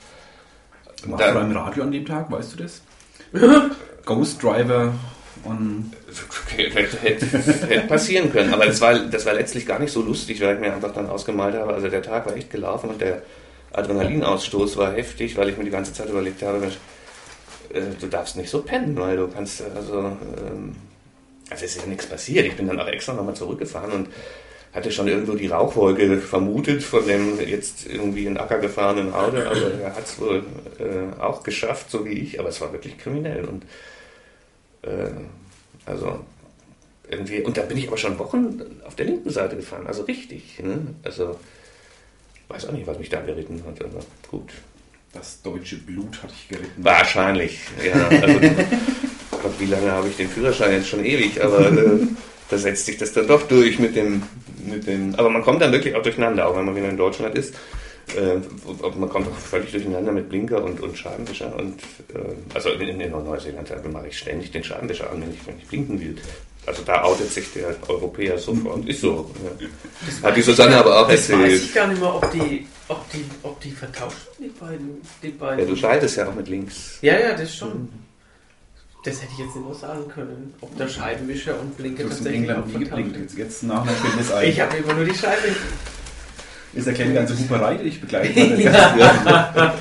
Du. Warst du beim Radio an dem Tag, weißt du das? Ghost Driver und... Hätte, hätte, hätte passieren können, aber das war, das war letztlich gar nicht so lustig, weil ich mir einfach dann ausgemalt habe, also der Tag war echt gelaufen und der Adrenalinausstoß war heftig, weil ich mir die ganze Zeit überlegt habe, äh, du darfst nicht so pennen, weil du kannst, also, ähm, also es ist ja nichts passiert, ich bin dann auch extra nochmal zurückgefahren und hatte schon irgendwo die Rauchwolke vermutet von dem jetzt irgendwie in Acker gefahrenen Auto, aber er hat es wohl äh, auch geschafft, so wie ich, aber es war wirklich kriminell und äh, also irgendwie, und da bin ich aber schon Wochen auf der linken Seite gefahren, also richtig, ne? Also weiß auch nicht, was mich da geritten hat, aber gut. Das deutsche Blut hat dich geritten. Wahrscheinlich, ja. Also, Gott, wie lange habe ich den Führerschein jetzt schon ewig, aber äh, da setzt sich das dann doch durch mit dem, mit dem, aber man kommt dann wirklich auch durcheinander, auch wenn man wieder in Deutschland ist. Äh, man kommt auch völlig durcheinander mit Blinker und, und Scheibenwischer und äh, also in, in Neuseeland da mache ich ständig den Scheibenwischer an, wenn ich, wenn ich blinken will. Also da outet sich der Europäer sofort. Ist so. Ja. Hat die Susanne aber auch das erzählt. Weiß ich gar nicht mehr, ob die, ob die, ob die vertauscht die beiden, die beiden. Ja, du schaltest ja auch mit links. Ja, ja, das schon. Das hätte ich jetzt nicht mehr sagen können, ob der Scheibenwischer und Blinker tatsächlich auch geblinkt. Jetzt, jetzt nach einer Kenntnis ein. Ich habe immer nur die Scheibe. Ist erklärt die ganze Huperei, die ich begleite. Ja. Ja.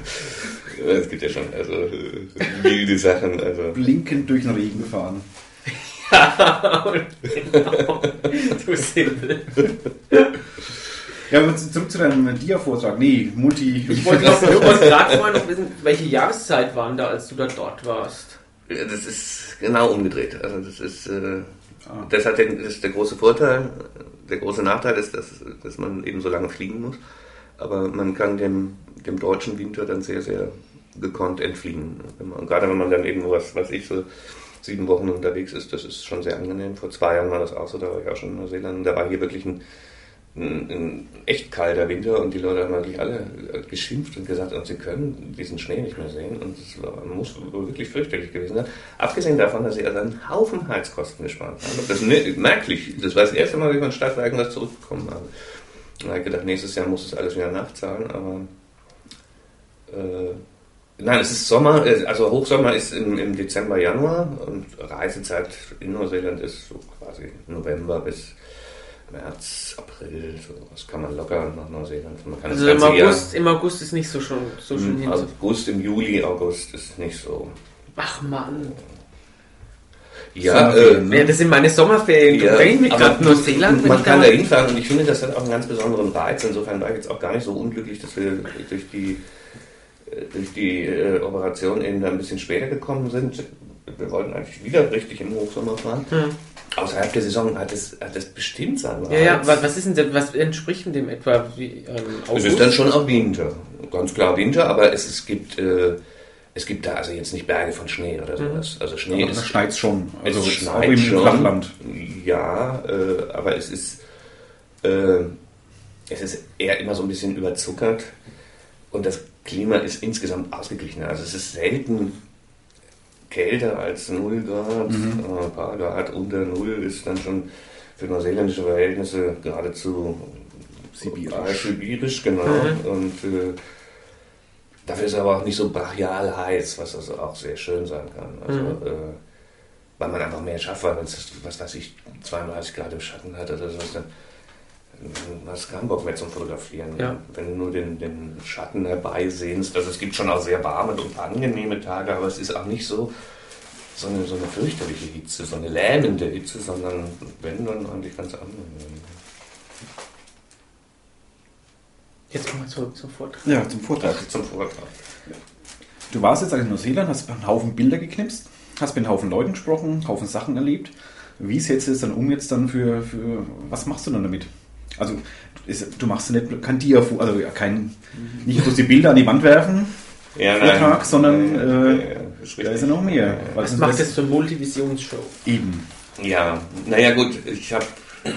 Es gibt ja schon also wilde Sachen. Also. Blinkend durch den Regen fahren. Ja, genau. Du Simpel. Ja, aber zurück zu deinem Dia-Vortrag. Nee, Multi... Ich wollte gerade vorher noch wissen, welche Jahreszeit waren da, als du da dort warst? Ja, das ist genau umgedreht. Also das ist... Äh, ah. das, hat den, das ist der große Vorteil. Der große Nachteil ist, dass, dass man eben so lange fliegen muss. Aber man kann dem, dem deutschen Winter dann sehr, sehr gekonnt entfliehen. Wenn man, gerade wenn man dann eben, was weiß ich, so sieben Wochen unterwegs ist, das ist schon sehr angenehm. Vor zwei Jahren war das auch so, da war ich auch schon in Neuseeland. Und da war hier wirklich ein, ein, ein echt kalter Winter und die Leute haben wirklich alle geschimpft und gesagt, und sie können diesen Schnee nicht mehr sehen. Und es war, muss wirklich fürchterlich gewesen sein. Abgesehen davon, dass sie also einen Haufen Heizkosten gespart haben. Das ist merklich. Das war das erste Mal, wie ich von Stadtwerken was zurückbekommen habe. Und da habe ich gedacht, nächstes Jahr muss es alles wieder nachzahlen, aber äh, nein, es ist Sommer, also Hochsommer ist im, im Dezember, Januar und Reisezeit in Neuseeland ist so quasi November bis März, April, so was kann man locker nach Neuseeland. Man kann also das ganze im, August, Jahr, im August ist nicht so schon so schön hin. August, im Juli, August ist nicht so. Ach Mann. Ja, äh, ja, das sind meine Sommerferien. Ja, du bringst mich gerade Neuseeland. Man kann da hinfahren und ich finde, das hat auch einen ganz besonderen Reiz. Insofern war ich jetzt auch gar nicht so unglücklich, dass wir durch die durch die äh, Operation eben da ein bisschen später gekommen sind. Wir wollten eigentlich wieder richtig im Hochsommer fahren. Hm. Außerhalb der Saison hat es, hat es bestimmt sein Reiz. Ja, ja, was ist denn, was entspricht denn dem etwa? Wie, ähm, es ist dann schon auch Winter. Ganz klar Winter, aber es, es gibt äh, es gibt da also jetzt nicht Berge von Schnee oder sowas. Also Schnee aber ist... Es schneit schon. Also es schneit auch im schon, Flachland. Ja, äh, aber es ist äh, es ist eher immer so ein bisschen überzuckert und das Klima ist insgesamt ausgeglichener. Also es ist selten kälter als null Grad. Mhm. Ein paar Grad unter null ist dann schon für neuseeländische Verhältnisse geradezu sibirisch. Sibirisch, genau. Mhm. Und äh, dafür ist es aber auch nicht so brachial heiß, was also auch sehr schön sein kann. Also, mhm. äh, weil man einfach mehr schafft, weil wenn es, was weiß ich, zweiunddreißig Grad im Schatten hat oder sowas, dann Du hast keinen Bock mehr zum Fotografieren. Ja. Wenn du nur den, den Schatten herbeisehnst. Also es gibt schon auch sehr warme und angenehme Tage, aber es ist auch nicht so, so, eine, so eine fürchterliche Hitze, so eine lähmende Hitze, sondern wenn dann eigentlich ganz angenehm. Achso, zum Vortrag. Ja, zum Vortrag. Ach, zum Vortrag. Du warst jetzt in Neuseeland, hast einen Haufen Bilder geknipst, hast mit einem Haufen Leuten gesprochen, einen Haufen Sachen erlebt. Wie setzt du es dann um jetzt dann für, für was machst du dann damit? Also ist, du machst ja nicht kein Dia, also ja, kein, nicht bloß die Bilder an die Wand werfen, ja, Vortrag, nein. sondern ja, äh, ja, ist da ist ja noch mehr. Weil Was sonst macht das das zur Multivisionsshow? eben? Ja, naja gut, ich habe, äh,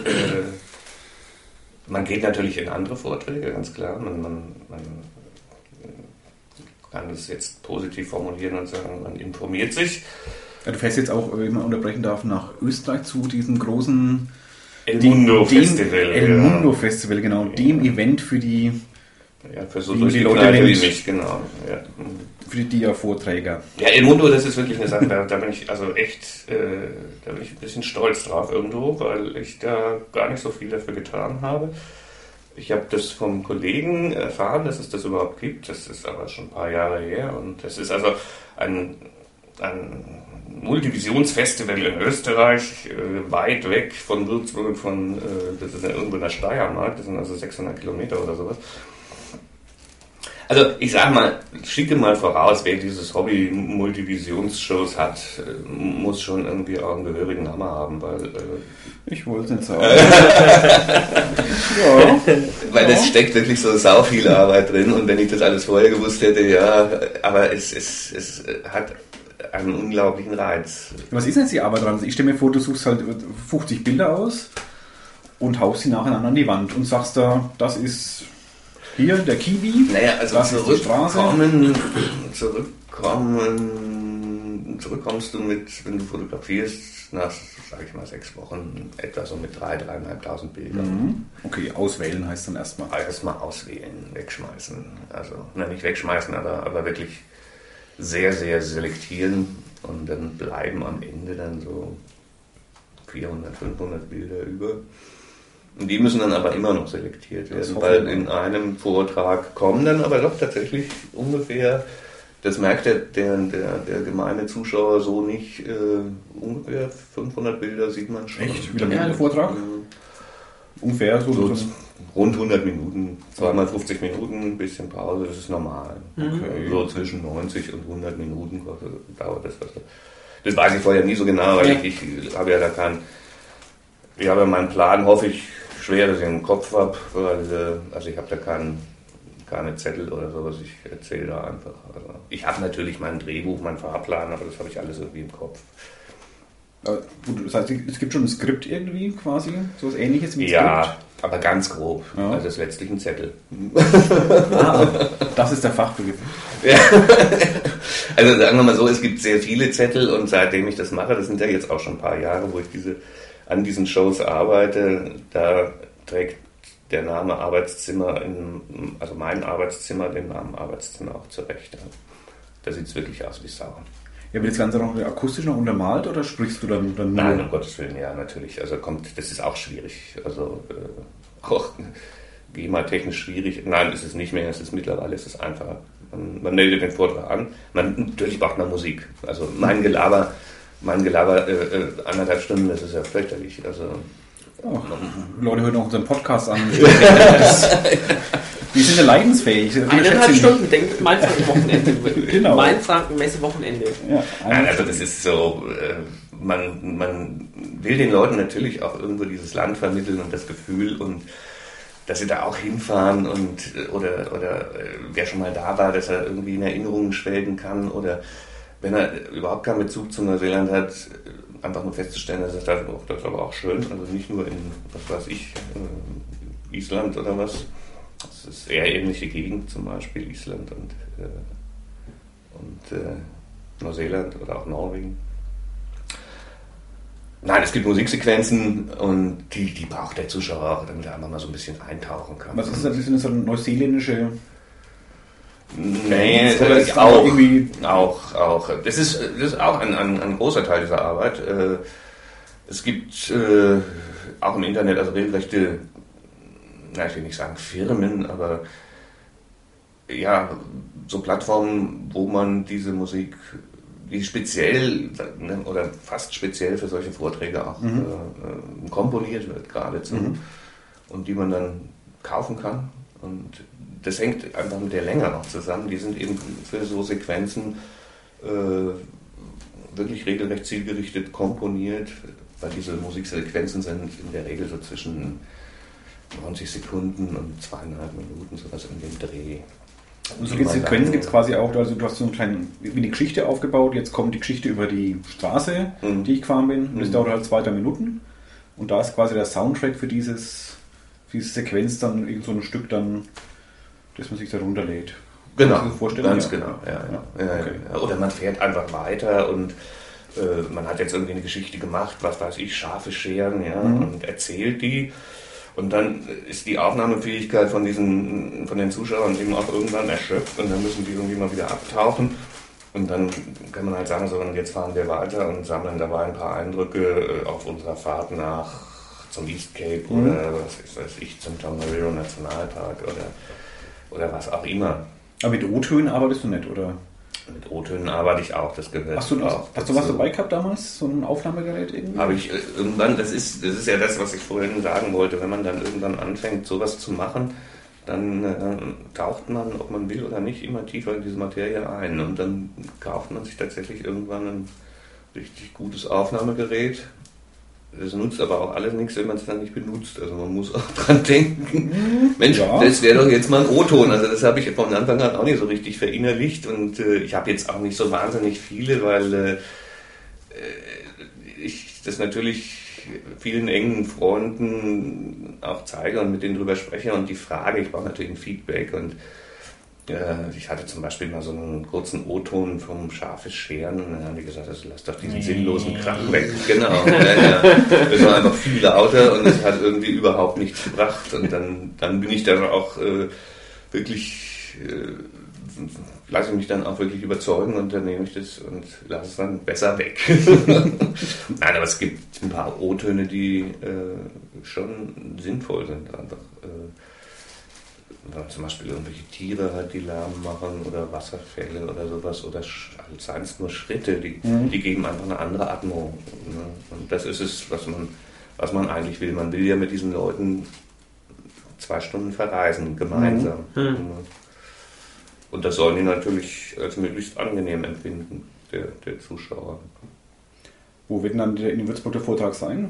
man geht natürlich in andere Vorträge, ganz klar, man, man, man kann das jetzt positiv formulieren und sagen, man informiert sich. Ja, du fährst jetzt auch, wenn man unterbrechen darf, nach Österreich zu diesem großen El Mundo dem, Festival. El ja. Mundo Festival, genau, Ja. dem Event für die, Ja, für so die durch die die Leute Leute wie nimmt. mich, genau. Ja. für die Dia-Vorträger. Ja, El Mundo, das ist wirklich eine Sache, da, da bin ich also echt, äh, da bin ich ein bisschen stolz drauf irgendwo, weil ich da gar nicht so viel dafür getan habe. Ich habe das vom Kollegen erfahren, dass es das überhaupt gibt, das ist aber schon ein paar Jahre her und das ist also ein, ein Multivisionsfestival in Österreich, äh, weit weg von Würzburg, von, äh, das ist ja irgendwo in der Steiermark, das sind also sechshundert Kilometer oder sowas. Also ich sage mal, schicke mal voraus, wer dieses Hobby Multivisionsshows hat, muss schon irgendwie auch einen gehörigen Namen haben, weil... Äh, ich wollte es nicht sagen. ja. Weil es steckt wirklich so sau viel Arbeit drin und wenn ich das alles vorher gewusst hätte, ja, aber es, es, es hat einen unglaublichen Reiz. Was ist denn jetzt die Arbeit dran? Also ich stelle mir vor, du suchst halt fünfzig Bilder aus und haust sie nacheinander an die Wand und sagst da, das ist... Hier, der Kiwi. Naja, also das ist die Straße. zurückkommen, zurückkommen, zurückkommst du mit, wenn du fotografierst, nach, sag ich mal, sechs Wochen, etwa so mit drei, dreieinhalbtausend Bildern. Mhm. Okay, auswählen heißt dann erstmal. Erstmal auswählen, wegschmeißen. Also, na, nicht wegschmeißen, aber, aber wirklich sehr, sehr selektieren und dann bleiben am Ende dann so vierhundert, fünfhundert Bilder über. Und die müssen dann aber immer noch selektiert werden, weil in einem Vortrag kommen dann aber doch tatsächlich ungefähr, das merkt der, der, der, der gemeine Zuschauer so nicht, äh, ungefähr fünfhundert Bilder sieht man schon. Echt? Wie lange ja, der Vortrag? Mhm. Ungefähr so, so rund hundert Minuten, zweimal fünfzig Minuten, ein bisschen Pause, das ist normal. Okay. So zwischen neunzig und hundert Minuten dauert das. Das weiß ich vorher nie so genau, weil ja. ich, ich habe ja da keinen, ich habe ja meinen Plan, hoffe ich, schwer, dass ich einen Kopf habe, weil also ich habe da keinen, keine Zettel oder sowas, ich erzähle da einfach. Also ich habe natürlich mein Drehbuch, meinen Fahrplan, aber das habe ich alles irgendwie im Kopf. Das heißt, es gibt schon ein Skript irgendwie quasi, so was Ähnliches wie ein ja, Skript? Aber ganz grob, ja. Also das ist letztlich ein Zettel. Ah, das ist der Fachbegriff. Ja. Also sagen wir mal so, es gibt sehr viele Zettel und seitdem ich das mache, das sind ja jetzt auch schon ein paar Jahre, wo ich diese an diesen Shows arbeite, da trägt der Name Arbeitszimmer, in, also mein Arbeitszimmer, den Namen Arbeitszimmer auch zurecht. Da sieht es wirklich aus wie Sau. Ja, wird das Ganze noch akustisch noch untermalt oder sprichst du dann, dann Nein, um Gottes Willen, ja, natürlich. Also kommt, das ist auch schwierig. Also äh, auch G E M A-technisch schwierig. Nein, ist es nicht mehr. Es ist mittlerweile ist es einfacher. Man, man meldet den Vortrag an. Man, natürlich braucht man Musik. Also mein Gelaber Mein Gelaber, äh, äh, anderthalb Stunden, das ist ja fürchterlich. Also, oh, Leute hören auch unseren Podcast an. Die sind ja leidensfähig. Eineinhalb Stunden, denkt mein Franken-Wochenende. Genau. Mein Franken-Messe-Wochenende. Ja, Nein, also das ist so, äh, man, man will den Leuten natürlich auch irgendwo dieses Land vermitteln und das Gefühl und dass sie da auch hinfahren und oder, oder äh, wer schon mal da war, dass er irgendwie in Erinnerungen schwelgen kann oder wenn er überhaupt keinen Bezug zu Neuseeland hat, einfach nur festzustellen, dass das, das ist aber auch schön, also nicht nur in, was weiß ich, Island oder was. Das ist eher ähnliche Gegend, zum Beispiel Island und, äh, und äh, Neuseeland oder auch Norwegen. Nein, es gibt Musiksequenzen und die, die braucht der Zuschauer auch, damit er einfach mal so ein bisschen eintauchen kann. Was ist das? Ist das so eine neuseeländische... Nee, äh, auch, auch, auch. Das ist, das ist auch ein, ein, ein großer Teil dieser Arbeit. Äh, es gibt äh, auch im Internet also regelrechte, na, ich will nicht sagen Firmen, aber ja, so Plattformen, wo man diese Musik, die speziell ne, oder fast speziell für solche Vorträge auch mhm. äh, komponiert wird geradezu mhm. und die man dann kaufen kann und das hängt einfach mit der Länge auch zusammen. Die sind eben für so Sequenzen äh, wirklich regelrecht zielgerichtet komponiert, weil diese Musiksequenzen sind in der Regel so zwischen neunzig Sekunden und zweieinhalb Minuten, sowas in dem Dreh. Und so Sequenzen gibt es quasi auch, also du hast so eine kleine, wie eine Geschichte aufgebaut, jetzt kommt die Geschichte über die Straße, mhm. die ich gefahren bin, und das mhm. dauert halt zwei, drei Minuten. Und da ist quasi der Soundtrack für dieses, für diese Sequenz dann irgend so ein Stück dann, das man sich da runterlädt. Genau, ganz ja. genau. Ja, ja. Ja, okay. ja. Oder man fährt einfach weiter und äh, man hat jetzt irgendwie eine Geschichte gemacht, was weiß ich, Schafe scheren, ja, mhm. und erzählt die. Und dann ist die Aufnahmefähigkeit von diesen, von den Zuschauern eben auch irgendwann erschöpft und dann müssen die irgendwie mal wieder abtauchen. Und dann kann man halt sagen, so, und jetzt fahren wir weiter und sammeln dabei ein paar Eindrücke auf unserer Fahrt nach zum East Cape mhm. oder was weiß ich, zum Tongariro Nationalpark oder, oder was auch immer. Aber mit O-Tönen arbeitest du nicht, oder? Mit O-Tönen arbeite ich auch, das gehört hast du, auch. Hast du was dabei gehabt damals, so ein Aufnahmegerät irgendwie? Habe ich äh, irgendwann, das ist, das ist ja das, was ich vorhin sagen wollte, wenn man dann irgendwann anfängt, sowas zu machen, dann äh, taucht man, ob man will oder nicht, immer tiefer in diese Materie ein und dann kauft man sich tatsächlich irgendwann ein richtig gutes Aufnahmegerät. Das nutzt aber auch alles nichts, wenn man es dann nicht benutzt. Also man muss auch dran denken, Mensch, ja. das wäre doch jetzt mal ein O-Ton. Also das habe ich von Anfang an auch nicht so richtig verinnerlicht und äh, ich habe jetzt auch nicht so wahnsinnig viele, weil äh, ich das natürlich vielen engen Freunden auch zeige und mit denen drüber spreche und die frage, ich brauche natürlich ein Feedback und ich hatte zum Beispiel mal so einen kurzen O-Ton vom Scharfes Scheren und dann haben die gesagt, also lass doch diesen sinnlosen Krach weg. Genau. Ja, ja. Das war einfach viel lauter und es hat irgendwie überhaupt nichts gebracht. Und dann, dann bin ich dann auch äh, wirklich, äh, lasse ich mich dann auch wirklich überzeugen und dann nehme ich das und lasse es dann besser weg. Nein, aber es gibt ein paar O-Töne, die äh, schon sinnvoll sind. Einfach. Äh, Wenn man zum Beispiel irgendwelche Tiere hat, die Lärm machen oder Wasserfälle oder sowas oder seien es nur Schritte, die, mhm. die geben einfach eine andere Atmung. Ne? Und das ist es, was man, was man eigentlich will. Man will ja mit diesen Leuten zwei Stunden verreisen, gemeinsam. Mhm. Ne? Und das sollen die natürlich als möglichst angenehm empfinden, der, der Zuschauer. Wo wird denn dann in Würzburg der Vortrag sein?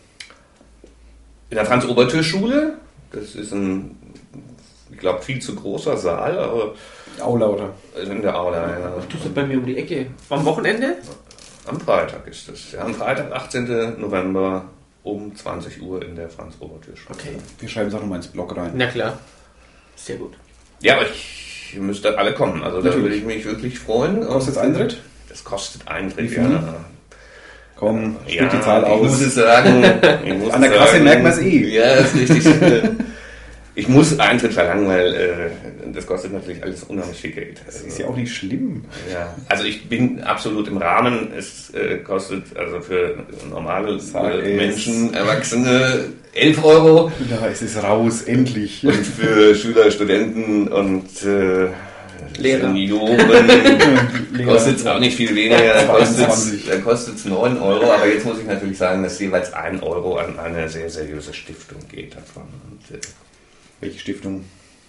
In der Franz-Obertür-Schule. Das ist ein, ich glaube, viel zu großer Saal, aber... Aula, oder? In der Aula, ja. Ach, du bist bei mir um die Ecke. Am Wochenende? Am Freitag ist es. Ja, am Freitag, achtzehnten November um zwanzig Uhr in der Franz-Obertür-Schule. Okay. Wir schreiben es auch nochmal ins Blog rein. Na klar. Sehr gut. Ja, aber ich, ihr müsst alle kommen. Also da würde ich mich wirklich freuen. Kostet es Eintritt? Das kostet Eintritt, ja. Komm, sprich ja, die Zahl aus. Ich muss es sagen. Ich muss An der Kasse sagen, merkt man es eh. Ja, das ist richtig. Ich muss Eintritt verlangen, weil äh, das kostet natürlich alles unheimlich viel Geld. Das ist ja auch nicht schlimm. Ja, also ich bin absolut im Rahmen. Es äh, kostet also für normale äh, Menschen, Erwachsene elf Euro. Ja, es ist raus, endlich. Und für Schüler, Studenten und äh, Lehrer. Senioren kostet es auch nicht viel weniger. Da kostet es neun Euro. Aber jetzt muss ich natürlich sagen, dass jeweils ein Euro an eine sehr seriöse Stiftung geht davon. Und, äh, welche Stiftung?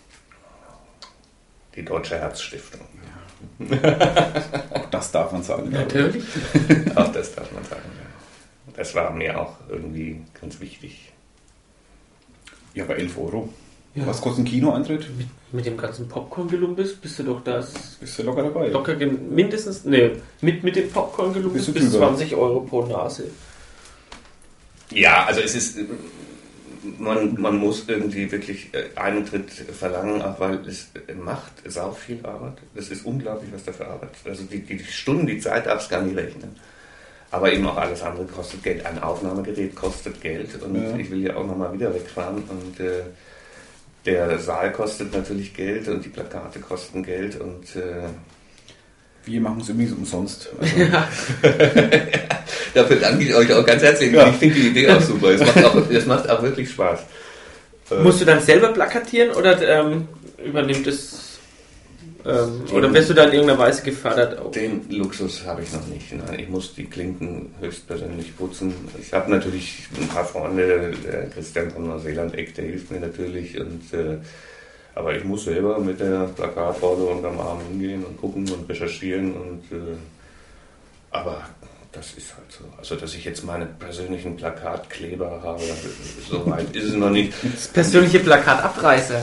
Die Deutsche Herzstiftung. Ja. Auch das darf man sagen. Natürlich. Auch das darf man sagen. Ja. Das war mir auch irgendwie ganz wichtig. Ja, bei elf Euro. Ja. Was kostet ein Kinoeintritt? Mit, mit dem ganzen Popcorn-Gelumbis bist du doch da. Bist du locker dabei? Locker mindestens, ne, mit, mit dem Popcorn-Gelumbis bis zwanzig Euro pro Nase. Ja, also es ist... Man, man muss irgendwie wirklich Eintritt verlangen, auch weil es macht sau viel Arbeit. Das ist unglaublich, was da für Arbeit. Also die, die Stunden, die Zeit darfst du gar nicht rechnen. Aber eben auch alles andere kostet Geld. Ein Aufnahmegerät kostet Geld und ja. Ich will ja auch nochmal wieder wegfahren und äh, der Saal kostet natürlich Geld und die Plakate kosten Geld und äh, wir machen es übrigens umsonst. Also. Ja. Dafür danke ich euch auch ganz herzlich. Ja. Ich finde die Idee auch super. Es macht auch, es macht auch wirklich Spaß. Musst du dann selber plakatieren oder ähm, übernimmt es ähm, den, oder wirst du dann in irgendeiner Weise gefördert? Auch? Den Luxus habe ich noch nicht. Nein, ich muss die Klinken höchstpersönlich putzen. Ich habe natürlich ein paar Freunde. Der Christian von Neuseeland-Eck, der hilft mir natürlich und äh, Aber ich muss selber mit der Plakatrolle unterm Arm hingehen und gucken und recherchieren. Und, äh, aber das ist halt so. Also, dass ich jetzt meine persönlichen Plakatkleber habe, so weit ist es noch nicht. Das persönliche Plakatabreißer.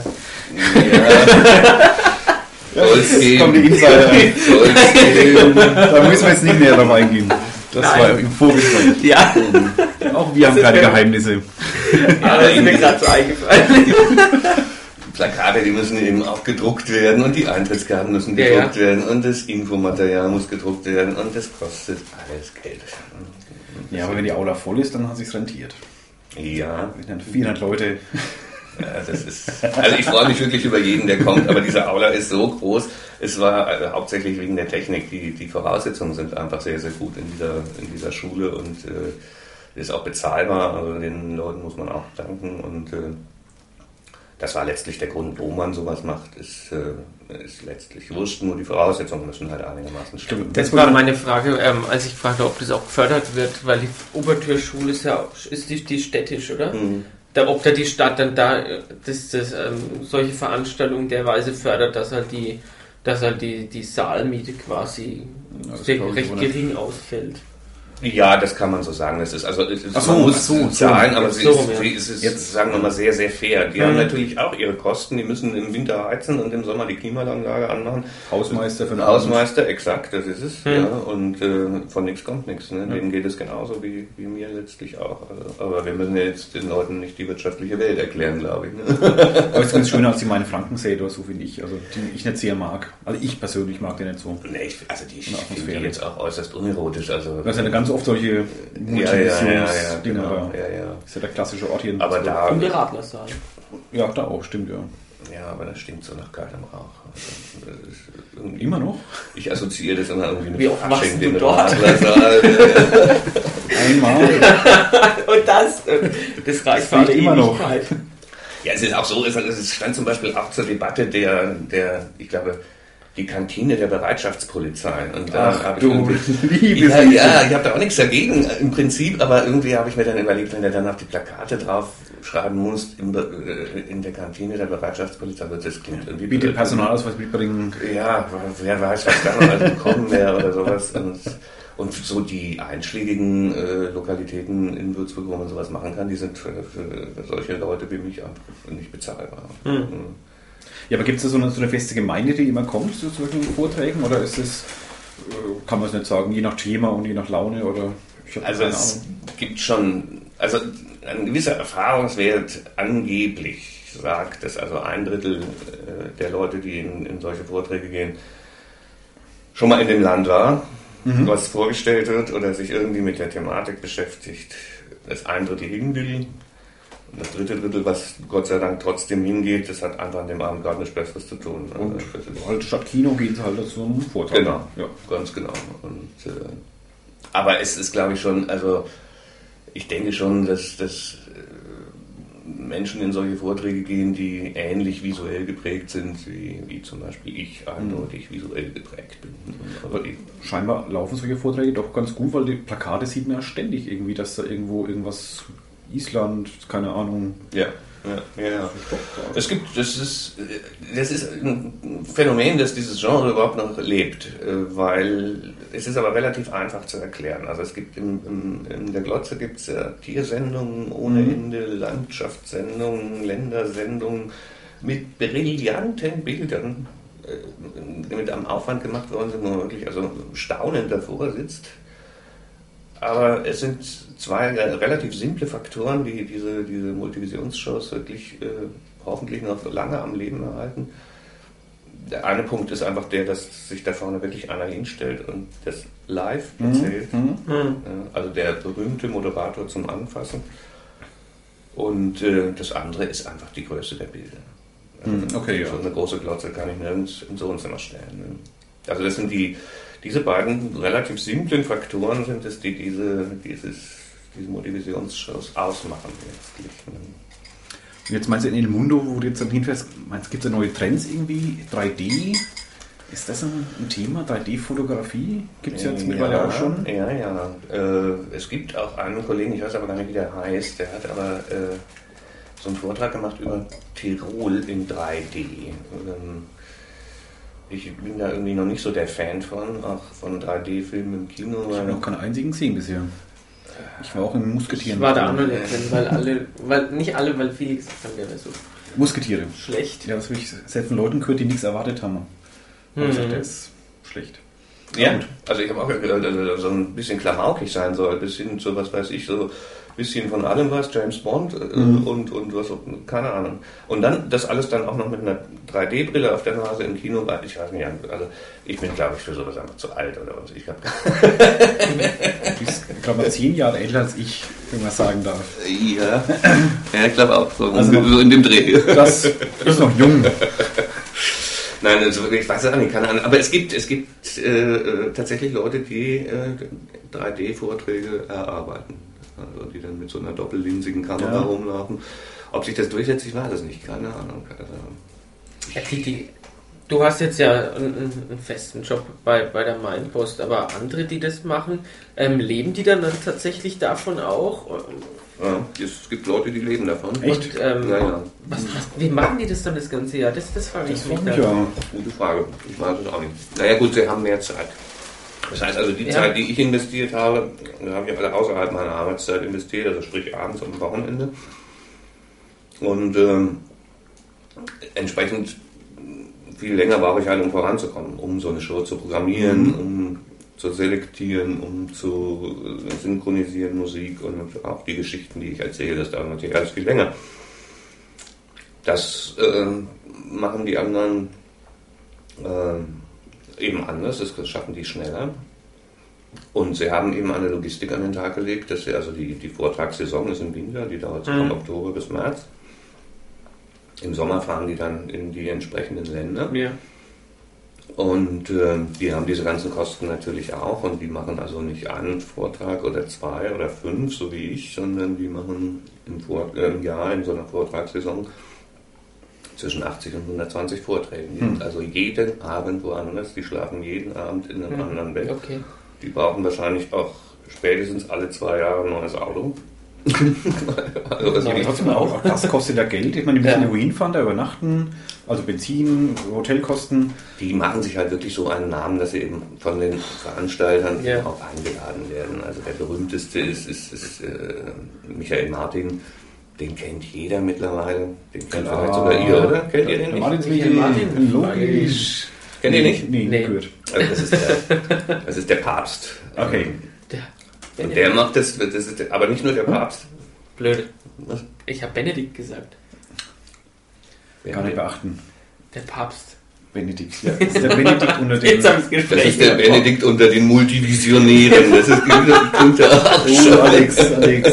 Ja. Soll's geben. Kommt die Insider. Soll's geben. Da müssen wir jetzt nicht näher drauf eingehen. Das Nein. war im Vorgespräch. Ja. Auch wir haben keine Geheimnisse. Ja, das ist mir gerade so eingefallen. Plakate, die müssen eben auch gedruckt werden und die Eintrittskarten müssen Ja, gedruckt ja. werden und das Infomaterial muss gedruckt werden und das kostet alles Geld. Ja, aber wenn die Aula voll ist, dann hat es sich rentiert. Ja. Wenn dann vierhundert Leute. Ja, das ist, also ich freue mich wirklich über jeden, der kommt, aber diese Aula ist so groß. Es war also hauptsächlich wegen der Technik. Die, die Voraussetzungen sind einfach sehr, sehr gut in dieser, in dieser Schule und äh, ist auch bezahlbar. Also den Leuten muss man auch danken und äh, das war letztlich der Grund, warum man sowas macht, ist, äh, ist letztlich wurscht, nur die Voraussetzungen müssen halt einigermaßen stimmen. Das war meine Frage, ähm, als ich fragte, ob das auch gefördert wird, weil die Obertürschule ist ja ist die, die städtisch, oder? Mhm. Da, ob da die Stadt dann da das, das, ähm, solche Veranstaltungen derweise fördert, dass halt die, dass halt die, die Saalmiete quasi Ja, das sehr, glaub ich recht wohl nicht. gering ausfällt. Ja, das kann man so sagen. Das ist also es ist, Ach so, man muss ach so, zahlen, so. aber sie So, ist, ja. sie ist, ist Jetzt- sagen wir mal sehr, sehr fair. Die Mhm. haben natürlich auch ihre Kosten. Die müssen im Winter heizen und im Sommer die Klimaanlage anmachen. Hausmeister für den Hausmeister, exakt, das ist es. Mhm. Ja, und äh, von nichts kommt nichts. Ne? Denen geht es genauso wie, wie mir letztlich auch. Also, aber wir müssen ja jetzt den Leuten nicht die wirtschaftliche Welt erklären, glaube ich. Ne? Aber es ist ganz schön, als die meinen Frankensäder, so finde ich. Also die ich nicht sehr mag. Also ich persönlich mag die nicht so. Nee, ich, also die, ich Eine finde Atmosphäre. die jetzt auch äußerst unerotisch. Also, Das sind ja ganz oft solche ja, ja, ja, ja, ja, Dinger genau, da. ja, ja. Das ist ja der klassische Ort hier. in Aber Würzburg. da, Und der Radlersaal. Ja, da auch, stimmt, ja. ja, aber das stinkt so nach kaltem Rauch. Also, das ist irgendwie- Immer noch? Ich assoziiere das immer irgendwie mit Wie oft machst Fasching, du dem dort? Radlersaal. Einmal. Und das, äh, das reicht für alle riecht immer noch. Ewigkeit. Ja, es ist auch so, es es stand zum Beispiel auch zur Debatte der, der ich glaube, die Kantine der Bereitschaftspolizei. Und da Ach habe ich du irgendwie- liebes ja, Lied. ja, ich habe da auch nichts dagegen im Prinzip, aber irgendwie habe ich mir dann überlegt, wenn er dann auf die Plakate draufschreiben muss, in, der- in der Kantine der Bereitschaftspolizei, das klingt irgendwie Bitte blöd. Personalausweis mitbringen. Ja, wer weiß, was da noch alles gekommen wäre oder sowas. Und, und so die einschlägigen äh, Lokalitäten in Würzburg, wo man sowas machen kann, die sind für, für solche Leute wie mich einfach nicht bezahlbar. Hm. Ja, aber gibt es da so eine, so eine feste Gemeinde, die immer kommt zu solchen Vorträgen? Oder ist es, äh, kann man es nicht sagen, je nach Thema und je nach Laune? Oder ich hab Also keine es Ahnung. gibt schon, also ein gewisser Erfahrungswert angeblich sagt, dass also ein Drittel äh, der Leute, die in, in solche Vorträge gehen, schon mal in dem Land war, Mhm. was vorgestellt wird oder sich irgendwie mit der Thematik beschäftigt, dass ein Drittel hin will. Und das dritte Drittel, was Gott sei Dank trotzdem hingeht, das hat einfach an dem Abend gar nichts Besseres zu tun. Und Also das ist- halt statt Kino gehen sie halt zu einem Vortrag. Genau, Ja. ganz genau. Und, äh, aber es ist, glaube ich, schon, also ich denke schon, dass, dass äh, Menschen in solche Vorträge gehen, die ähnlich visuell geprägt sind, wie, wie zum Beispiel ich eindeutig visuell geprägt bin. Aber die, Scheinbar laufen solche Vorträge doch ganz gut, weil die Plakate sieht man ja ständig irgendwie, dass da irgendwo irgendwas Island, keine Ahnung. ja, ja, ja, ja. Es gibt, das ist, das ist ein Phänomen, dass dieses Genre überhaupt noch lebt, äh, weil es ist aber relativ einfach zu erklären. Also es gibt im, im, in der Glotze gibt es ja Tiersendungen ohne Mhm. Ende, Landschaftssendungen, Ländersendungen mit brillanten Bildern, äh, mit einem Aufwand gemacht worden sind, wo man wirklich also staunend davor sitzt. Aber es sind zwei relativ simple Faktoren, die diese, diese Multivisionsshows wirklich äh, hoffentlich noch lange am Leben erhalten. Der eine Punkt ist einfach der, dass sich da vorne wirklich einer hinstellt und das live erzählt. Mhm. Hm. Ja, also der berühmte Moderator zum Anfassen. Und äh, das andere ist einfach die Größe der Bilder. Mhm, okay, ja. So eine große Glotze kann ich nirgends ins Wohnzimmer stellen. Ne? Also das sind die, diese beiden relativ simplen Faktoren sind es, die diese, dieses, diese Motivationsshows ausmachen letztlich. Ne? Und jetzt meinst du in El Mundo, wo du jetzt dann hinfährst, meinst du, gibt es da neue Trends irgendwie? drei D? Ist das ein, ein Thema? drei D-Fotografie? Gibt es jetzt mittlerweile ja, auch schon? Ja, ja. Äh, es gibt auch einen Kollegen, ich weiß aber gar nicht, wie der heißt, der hat aber, äh, so einen Vortrag gemacht über Tirol in drei D. Ähm, ich bin da irgendwie noch nicht so der Fan von, auch von drei D-Filmen im Kino. Ich habe noch keinen einzigen gesehen bisher. Ich war auch im Musketieren. Ich war da auch noch nicht drin, weil alle, weil nicht alle, weil viele gesagt haben, der wäre so Musketiere. schlecht. Ja, das habe ich selbst von Leuten gehört, die nichts erwartet haben. Und Mhm. ich gesagt, der ist schlecht. Ja, gut. Also ich habe auch gehört, dass er so ein bisschen klamaukig sein soll, ein bisschen so, was weiß ich, so ein bisschen von allem was, James Bond äh, Mhm. und, und was, keine Ahnung. Und dann das alles dann auch noch mit einer drei D-Brille auf der Nase im Kino, weil ich weiß nicht, also ich bin, glaube ich, für sowas einfach zu alt oder was. Ich habe Du bist, ich glaube, mal zehn Jahre älter als ich, wenn man sagen darf. ja, ja, ich glaube auch, so, Also so in dem Dreh. Das ist noch jung. Nein, also ich weiß es auch nicht, keine Ahnung. Aber es gibt, es gibt äh, tatsächlich Leute, die äh, drei D-Vorträge erarbeiten. Also die dann mit so einer doppellinsigen Kamera Ja. rumlaufen. Ob sich das durchsetzt, ich weiß es nicht, keine Ahnung. Also, Ja, die, die, du hast jetzt ja einen, einen festen Job bei, bei der Mindpost, aber andere, die das machen, ähm, leben die dann, dann tatsächlich davon auch? ja, es gibt Leute, die leben davon. Echt? Und, ähm, Ja, ja. Was, was, wie machen die das dann das ganze Jahr? Das, das frage ich Das mich war dann. ja. Gute Frage. Ich weiß es auch nicht. Naja gut, sie haben mehr Zeit. Das heißt also, die Ja. Zeit, die ich investiert habe, da habe ich alle außerhalb meiner Arbeitszeit investiert, also sprich abends und am Wochenende. Und ähm, entsprechend viel länger brauche ich halt, um voranzukommen, um so eine Show zu programmieren, Mhm. um zu selektieren, um zu äh, synchronisieren Musik und auch die Geschichten, die ich erzähle, das dauert natürlich alles viel länger. Das äh, machen die anderen äh, eben anders, das schaffen die schneller. Und sie haben eben eine Logistik an den Tag gelegt, dass sie, also die, die Vortragssaison ist im Winter, die dauert so Mhm. von Oktober bis März. Im Sommer fahren die dann in die entsprechenden Länder. Ja. Und äh, die haben diese ganzen Kosten natürlich auch und die machen also nicht einen Vortrag oder zwei oder fünf, so wie ich, sondern die machen im, Vor äh, im Jahr in so einer Vortragssaison zwischen achtzig und hundertzwanzig Vorträge. Die Hm. sind also jeden Abend woanders, die schlafen jeden Abend in einem Hm. anderen Bett. Okay. Die brauchen wahrscheinlich auch spätestens alle zwei Jahre ein neues Auto. also das Ja, ist Trotzdem auch, das kostet ja Geld. Ich meine, die müssen Ja. ja wohin fahren, da übernachten, also Benzin, Hotelkosten. Die machen sich halt wirklich so einen Namen, dass sie eben von den Veranstaltern Ja. auch eingeladen werden. Also der berühmteste ist, ist, ist äh, Michael Martin. Den kennt jeder mittlerweile. Den kennt Klar. vielleicht sogar ihr, oder? Kennt ihr den Der nicht? Martin ist Michael Martin. logisch. Kennt ihr nicht? Nee, Nee. nicht gehört. Also das, ist der, das ist der Papst. Okay. Der, Und der macht das, das ist der, aber nicht nur der Papst. Blöd. Was? Ich habe Benedikt gesagt. Kann ich beachten. Der Papst. Benedikt. Ja, das ist der Benedikt unter den... Jetzt habe ich das Das Gespräch. ist der Benedikt unter den Multivisionären. Das ist Günther auch Oh, schon. Alex, Alex.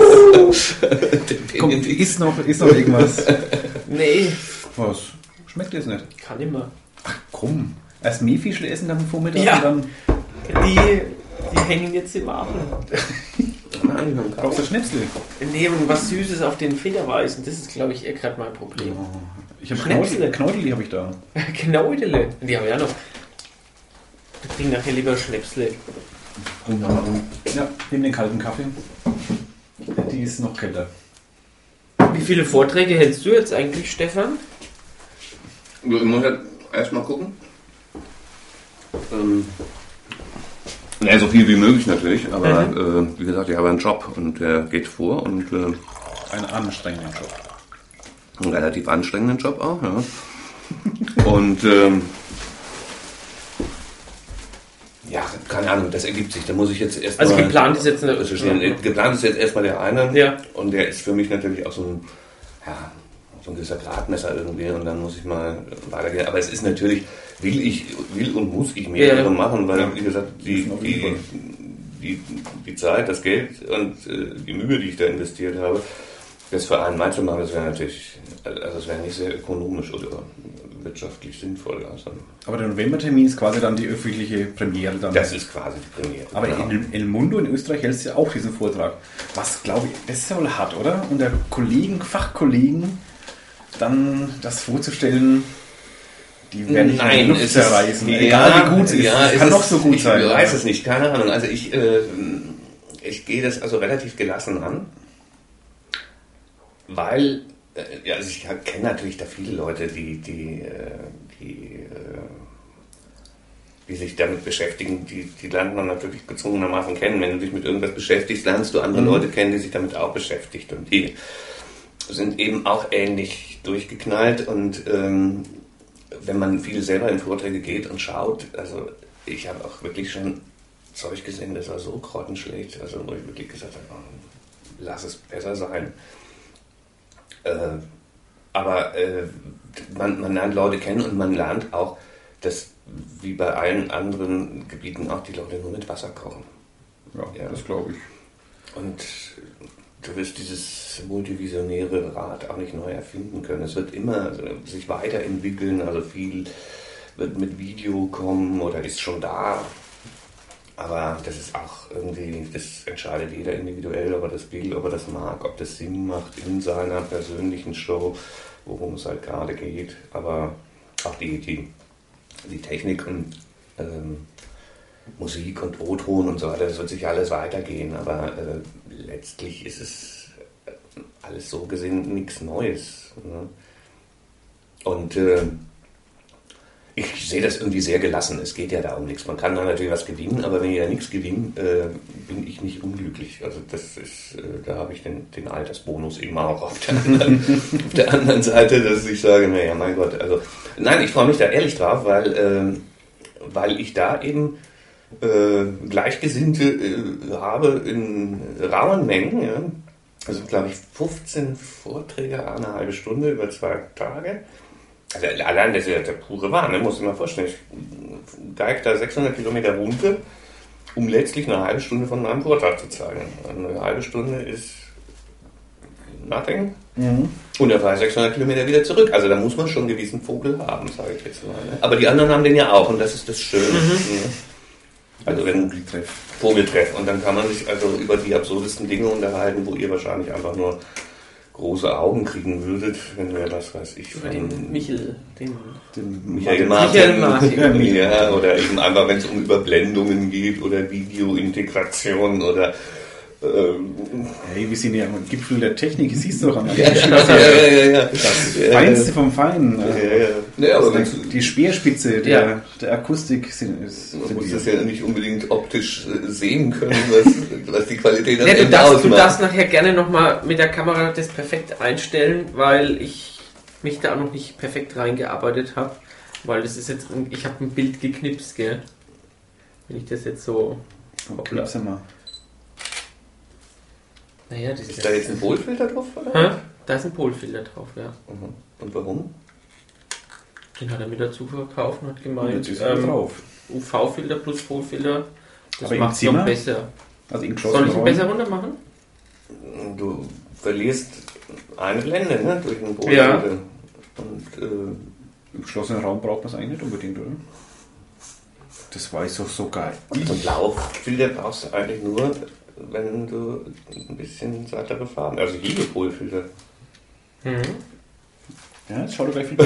Der Komm, Benedikt. ist noch, ist noch irgendwas. Nee, Was? Schmeckt das nicht? kann immer. Komm. Erst Meerfischle essen am Vormittag Ja. und dann Die, die hängen jetzt im Atem. brauchst du Schnitzel. Nee, und was Süßes auf den Finger weisen, das ist, glaube ich, eher gerade mein Problem. Ich habe Schnitzel. Knäudel, Knäudel, die habe ich da. Knäudele. Die haben wir ja noch. Wir kriegen nachher lieber Schnäpsle. Ja, nimm den kalten Kaffee. Die ist noch kälter. Wie viele Vorträge hältst du jetzt eigentlich, Stefan? Ich muss halt erstmal gucken. Ähm, ja, so viel wie möglich natürlich, aber äh, wie gesagt, ich habe einen Job und der geht vor und äh, Ein anstrengender Job. einen relativ anstrengenden Job auch. Ja. Und ähm, ja, keine Ahnung, das ergibt sich. Da muss ich jetzt erstmal. Also geplant ist jetzt eine... Geplant ist jetzt erstmal der eine Ja. und der ist für mich natürlich auch so ein, ja, so ein gewisser Gradmesser irgendwie und dann muss ich mal weitergehen. Aber es ist natürlich, will ich, will und muss ich mehrere Ja. machen, weil, Ja. wie gesagt, die, Müssen auf jeden die, Fall. die, die Zeit, das Geld und äh, die Mühe, die ich da investiert habe, das für einen Mal zu machen, das wäre natürlich, also das wäre nicht sehr ökonomisch oder wirtschaftlich sinnvoll. Also, Aber der Novembertermin ist quasi dann die öffentliche Premiere dann. das ist quasi die Premiere. Aber genau. in El Mundo in Österreich hältst du ja auch diesen Vortrag. Was, glaube ich, das ist ja wohl hart, oder? Unter Kollegen, Fachkollegen, dann das vorzustellen, die werden nicht in die Luft es ist- zerreißen. ja, Egal wie gut es ist, ja, es es kann ist- noch so gut ich sein. Ich weiß es nicht, keine Ahnung. Also ich, äh, ich gehe das also relativ gelassen an. weil, äh, ja, also ich kenne natürlich da viele Leute, die, die, äh, die, äh, die sich damit beschäftigen, die, die lernt man natürlich gezwungenermaßen kennen. Wenn du dich mit irgendwas beschäftigst, lernst du andere mhm. Leute kennen, die sich damit auch beschäftigt. Und die sind eben auch ähnlich durchgeknallt. Und ähm, wenn man viel selber in Vorträge geht und schaut, also ich habe auch wirklich schon Zeug gesehen, das war so grottenschlecht, also wo ich wirklich gesagt habe, oh, lass es besser sein. Äh, aber äh, man, man lernt Leute kennen und man lernt auch, dass wie bei allen anderen Gebieten auch die Leute nur mit Wasser kochen. Ja, ja. Das glaube ich. Und du wirst dieses multivisionäre Rad auch nicht neu erfinden können. Es wird immer sich weiterentwickeln, also viel wird mit Video kommen oder ist schon da. Aber das ist auch irgendwie, das entscheidet jeder individuell, ob er das will, ob er das mag, ob das Sinn macht in seiner persönlichen Show, worum es halt gerade geht. Aber auch die, die die Technik und ähm, Musik und O-Ton und so weiter, das wird sich alles weitergehen, aber äh, letztlich ist es alles so gesehen nichts Neues. Ne? Und äh, ich sehe das irgendwie sehr gelassen, es geht ja da um nichts. Man kann da natürlich was gewinnen, aber wenn ich da nichts gewinne, äh, bin ich nicht unglücklich. Also das ist, äh, da habe ich den, den Altersbonus eben auch auf der, anderen, auf der anderen Seite, dass ich sage, naja, mein Gott, also nein, ich freue mich da ehrlich drauf, weil, äh, weil ich da eben äh, Gleichgesinnte äh, habe in rauen Mengen. Ja? Also glaube ich fünfzehn Vorträge, eine halbe Stunde über zwei Tage. Also allein das ist ja der pure Wahn, ne? Muss ich mir vorstellen. Ich geige da sechshundert Kilometer runter, um letztlich eine halbe Stunde von meinem Vortrag zu zeigen. Eine halbe Stunde ist nothing. Mhm. Und er war sechshundert Kilometer wieder zurück. Also da muss man schon einen gewissen Vogel haben, sage ich jetzt mal. Ne? Aber die anderen haben den ja auch und das ist das Schöne. Mhm. Ne? Also wenn Vogeltreff. Vogeltreff. Und dann kann man sich also über die absurdesten Dinge unterhalten, wo ihr wahrscheinlich einfach nur große Augen kriegen würdet, wenn wir, was weiß ich, von den Michel, den, den Michael Martin, Martin. Ja, oder eben einfach, wenn es um Überblendungen geht oder Videointegration oder ähm, hey, wir sind ja am Gipfel der Technik, siehst du doch an der ja, ja, ja, ja, ja. Das Feinste vom Feinen. Ja, ja. Ja, aber also die Speerspitze der, ja. der Akustik sind, ist, man muss das ja nicht unbedingt optisch sehen können, was, was die Qualität ja, du, darfst, du darfst nachher gerne nochmal mit der Kamera das perfekt einstellen, weil ich mich da auch noch nicht perfekt reingearbeitet habe, weil das ist jetzt, ich habe ein Bild geknipst, gell? Wenn ich das jetzt so... Knipse mal. Naja, das ist, ist da jetzt ein Polfilter drauf? Oder? Hä? Da ist ein Polfilter drauf, ja. Mhm. Und warum? Den hat er mir dazu verkauft und hat gemeint, ähm, drauf. U V-Filter plus Polfilter, das aber macht es noch besser. Also soll ich ihn besser runter machen? Du verlierst eine Blende, ne, durch den Polfilter. Ja. Und, äh, im geschlossenen Raum braucht man es eigentlich nicht unbedingt, oder? Das war ich doch so geil. Und so einen Laufilter brauchst du eigentlich nur, wenn du ein bisschen seitere Farben, also ich liebe Polfilter. Mhm. Ja, jetzt schau dir gleich viel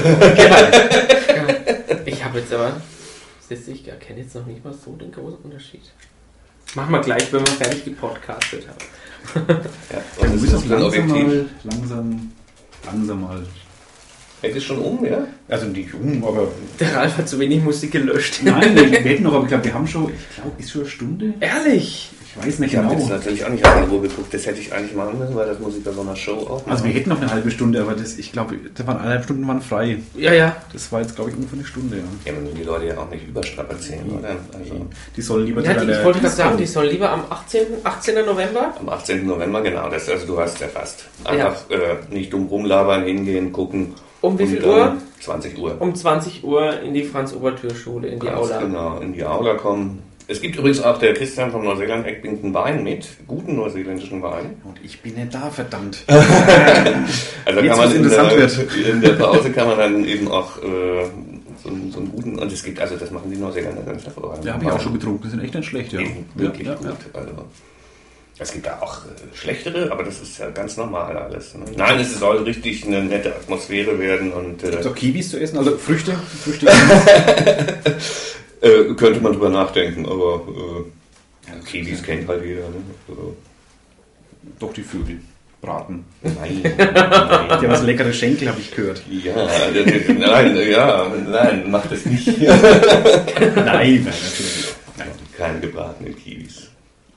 Ich habe jetzt aber, ich erkenne jetzt noch nicht mal so den großen Unterschied. Machen wir gleich, wenn wir fertig gepodcastet haben. Ja, und du bist das langsam mal, langsam, langsam mal. Hätte es schon um, ja? Also nicht um, aber... Der Ralf hat zu wenig Musik gelöscht. Nein, wir hätten noch, aber ich glaube, wir haben schon, ich glaube, ist schon eine Stunde. Ehrlich? Ich weiß nicht ich genau. Ich habe jetzt natürlich auch nicht auf die Uhr geguckt, das hätte ich eigentlich machen müssen, weil das muss ich bei so einer Show auch machen. Also wir hätten noch eine halbe Stunde, aber das, ich glaube, da waren eineinhalb Stunden waren frei. Ja, ja. Das war jetzt, glaube ich, ungefähr eine Stunde. Ja, ja man will die Leute ja auch nicht überstrapazieren, die, oder? Also die sollen lieber... Ja, die, ich wollte gerade sagen, die sollen lieber am achtzehnten November? Am achtzehnten November, genau. Das, also du hast es erfasst. Einfach ja. äh, nicht dumm rumlabern, hingehen, gucken. Um wie viel Uhr? zwanzig Uhr. Um zwanzig Uhr in die Franz-Obertür-Schule, in die Ganz Aula. Genau, in die Aula kommen. Es gibt übrigens auch der Christian vom Neuseeland bringt einen Wein mit, guten neuseeländischen Wein. Und ich bin nicht da, verdammt. Also kann man in der, in der Pause kann man dann eben auch äh, so, einen, so einen guten, und es gibt, also das machen die Neuseeländer ganz hervorragend. Ja, habe ich auch schon getrunken, die sind echt nicht schlecht, ja. Eben, wirklich ja, gut. Ja. Also, es gibt da auch äh, schlechtere, aber das ist ja ganz normal alles. Ne? Nein, es soll richtig eine nette Atmosphäre werden. Und äh, gibt es auch Kiwis zu essen, also Früchte? Früchte äh, könnte man drüber nachdenken, aber äh, ja, Kiwis kennt halt jeder. Ne? Also, doch die Vögel. braten. Nein, Der was leckere Schenkel, habe ich gehört. ja, nein, ja, nein, mach das nicht. Nein, nein, natürlich nicht. Nein. Keine gebratenen Kiwis.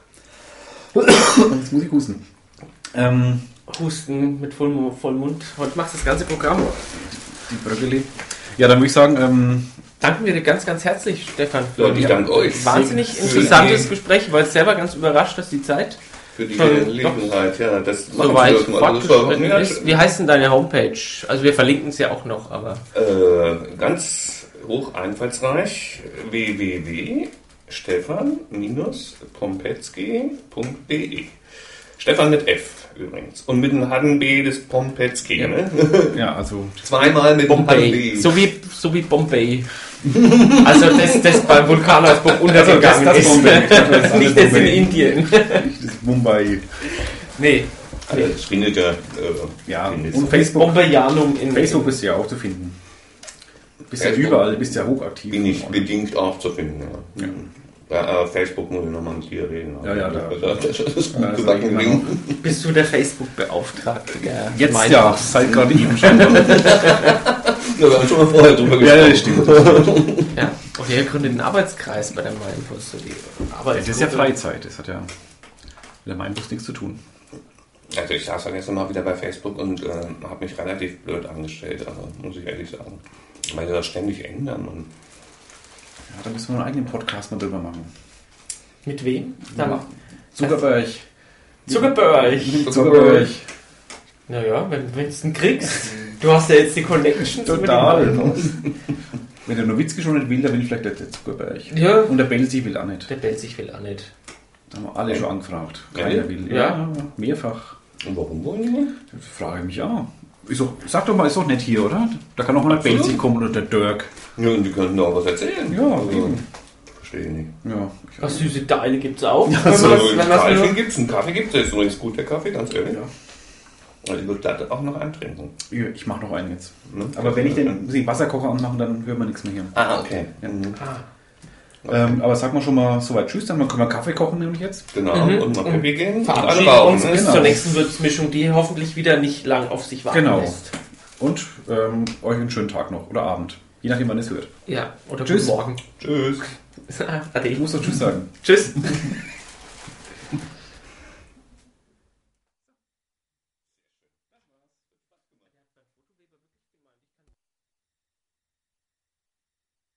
Jetzt muss ich husten. Ähm, Husten mit vollem vollem Mund. Heute machst du das ganze Programm. die Bröckeli. Ja, dann würde ich sagen, ähm, Danken wir dir ganz, ganz herzlich, Stefan. Ja, ich danke euch. Wahnsinnig Für interessantes die- Gespräch. Ich war jetzt selber ganz überrascht, dass die Zeit Für die Schon Gelegenheit, ja, das so weit machen wir das war, fortgeschritten ja, ist. Wie heißt denn deine Homepage? Also wir verlinken es ja auch noch, aber... äh, ganz hoch einfallsreich w w w punkt stefan pompetzky punkt d e. Stefan mit F übrigens. Und mit einem H B des Pompetzky, Ja. ne? ja, also Zweimal mit dem H Bombay. B. So wie, so wie Bombay. Also das, das beim Vulkanausbruch untergegangen Also das- das ist. Bombay. Ich dachte, das ist Nicht alles das in Bombay. Indien. das ist Mumbai. Nee. Also das findet ja. Äh, Ja, findet- und Facebook. Bombayanum in Facebook bist du ja auch zu finden. Bist ja Facebook. überall, bist ja hochaktiv. bin ich Und- bedingt auch zu finden. Ja. Ja. Ja, äh, Facebook muss ich nochmal mit dir reden. Ja, ja, da- das ist gut Ja, das gebacken. sag ich Ding. Bist du der Facebook-Beauftragte? der Jetzt Gemeinde? ja, seit gerade eben schon. Ja, wir haben schon mal vorher drüber Ja, ja, gesprochen. das stimmt. Ja. Und ihr gründet einen Arbeitskreis bei der Mainpost. So die Das ist ja Freizeit, das hat ja mit der Mainbus nichts zu tun. Also ich saß dann jetzt mal wieder bei Facebook und äh, habe mich relativ blöd angestellt, also muss ich ehrlich sagen. Weil die das ständig ändern. Und Ja, da müssen wir einen eigenen Podcast mal drüber machen. Mit wem? Dann Ja. Zuckerberg. Zuckerberg. Zuckerberg. Naja, wenn du es denn kriegst. Du hast ja jetzt die Connections. Total. mit dem Mainpost. Wenn der Nowitzki schon nicht will, dann will ich vielleicht der Zuckerberg. Ja. Und der Belzi will auch nicht. Der bellt sich will auch nicht. Da haben wir alle schon angefragt. Ja. Keiner will. Ja. Mehrfach. Und warum wollen die nicht? Das frage ich mich auch. Ist doch, sag doch mal, ist doch nett hier, oder? Da kann auch mal der Absolut. Belzi kommen oder der Dirk. Ja, und die könnten auch was erzählen. Ja, also, eben. verstehe ich nicht. Ja. Ich Was süße Teile gibt es auch. Ja, wenn so, man das- Also, wenn man's Kaffee nur- gibt es, einen Kaffee gibt es. Ist übrigens gut, der Kaffee, ganz ehrlich. Ja. Also ich würde das auch noch eintrinken. Ja, ich mache noch einen jetzt. Ne? Aber wenn ich den muss ich Wasserkocher anmachen, dann hört man nichts mehr hier. Ah, okay. Ja. Mhm. Ah, Ähm, aber sag mal schon mal soweit Tschüss, dann können wir Kaffee kochen nämlich jetzt. Genau, Mhm. und mal Pippi gehen. Und alle verabschieden rauchen. uns ne? bis Genau. zur nächsten Würzmischung, die hoffentlich wieder nicht lang auf sich warten Genau. lässt. Und ähm, euch einen schönen Tag noch oder Abend. Je nachdem, wann ihr es hört. Ja, oder Tschüss. guten Morgen. Tschüss. Ich Ade. muss doch Tschüss sagen. Tschüss.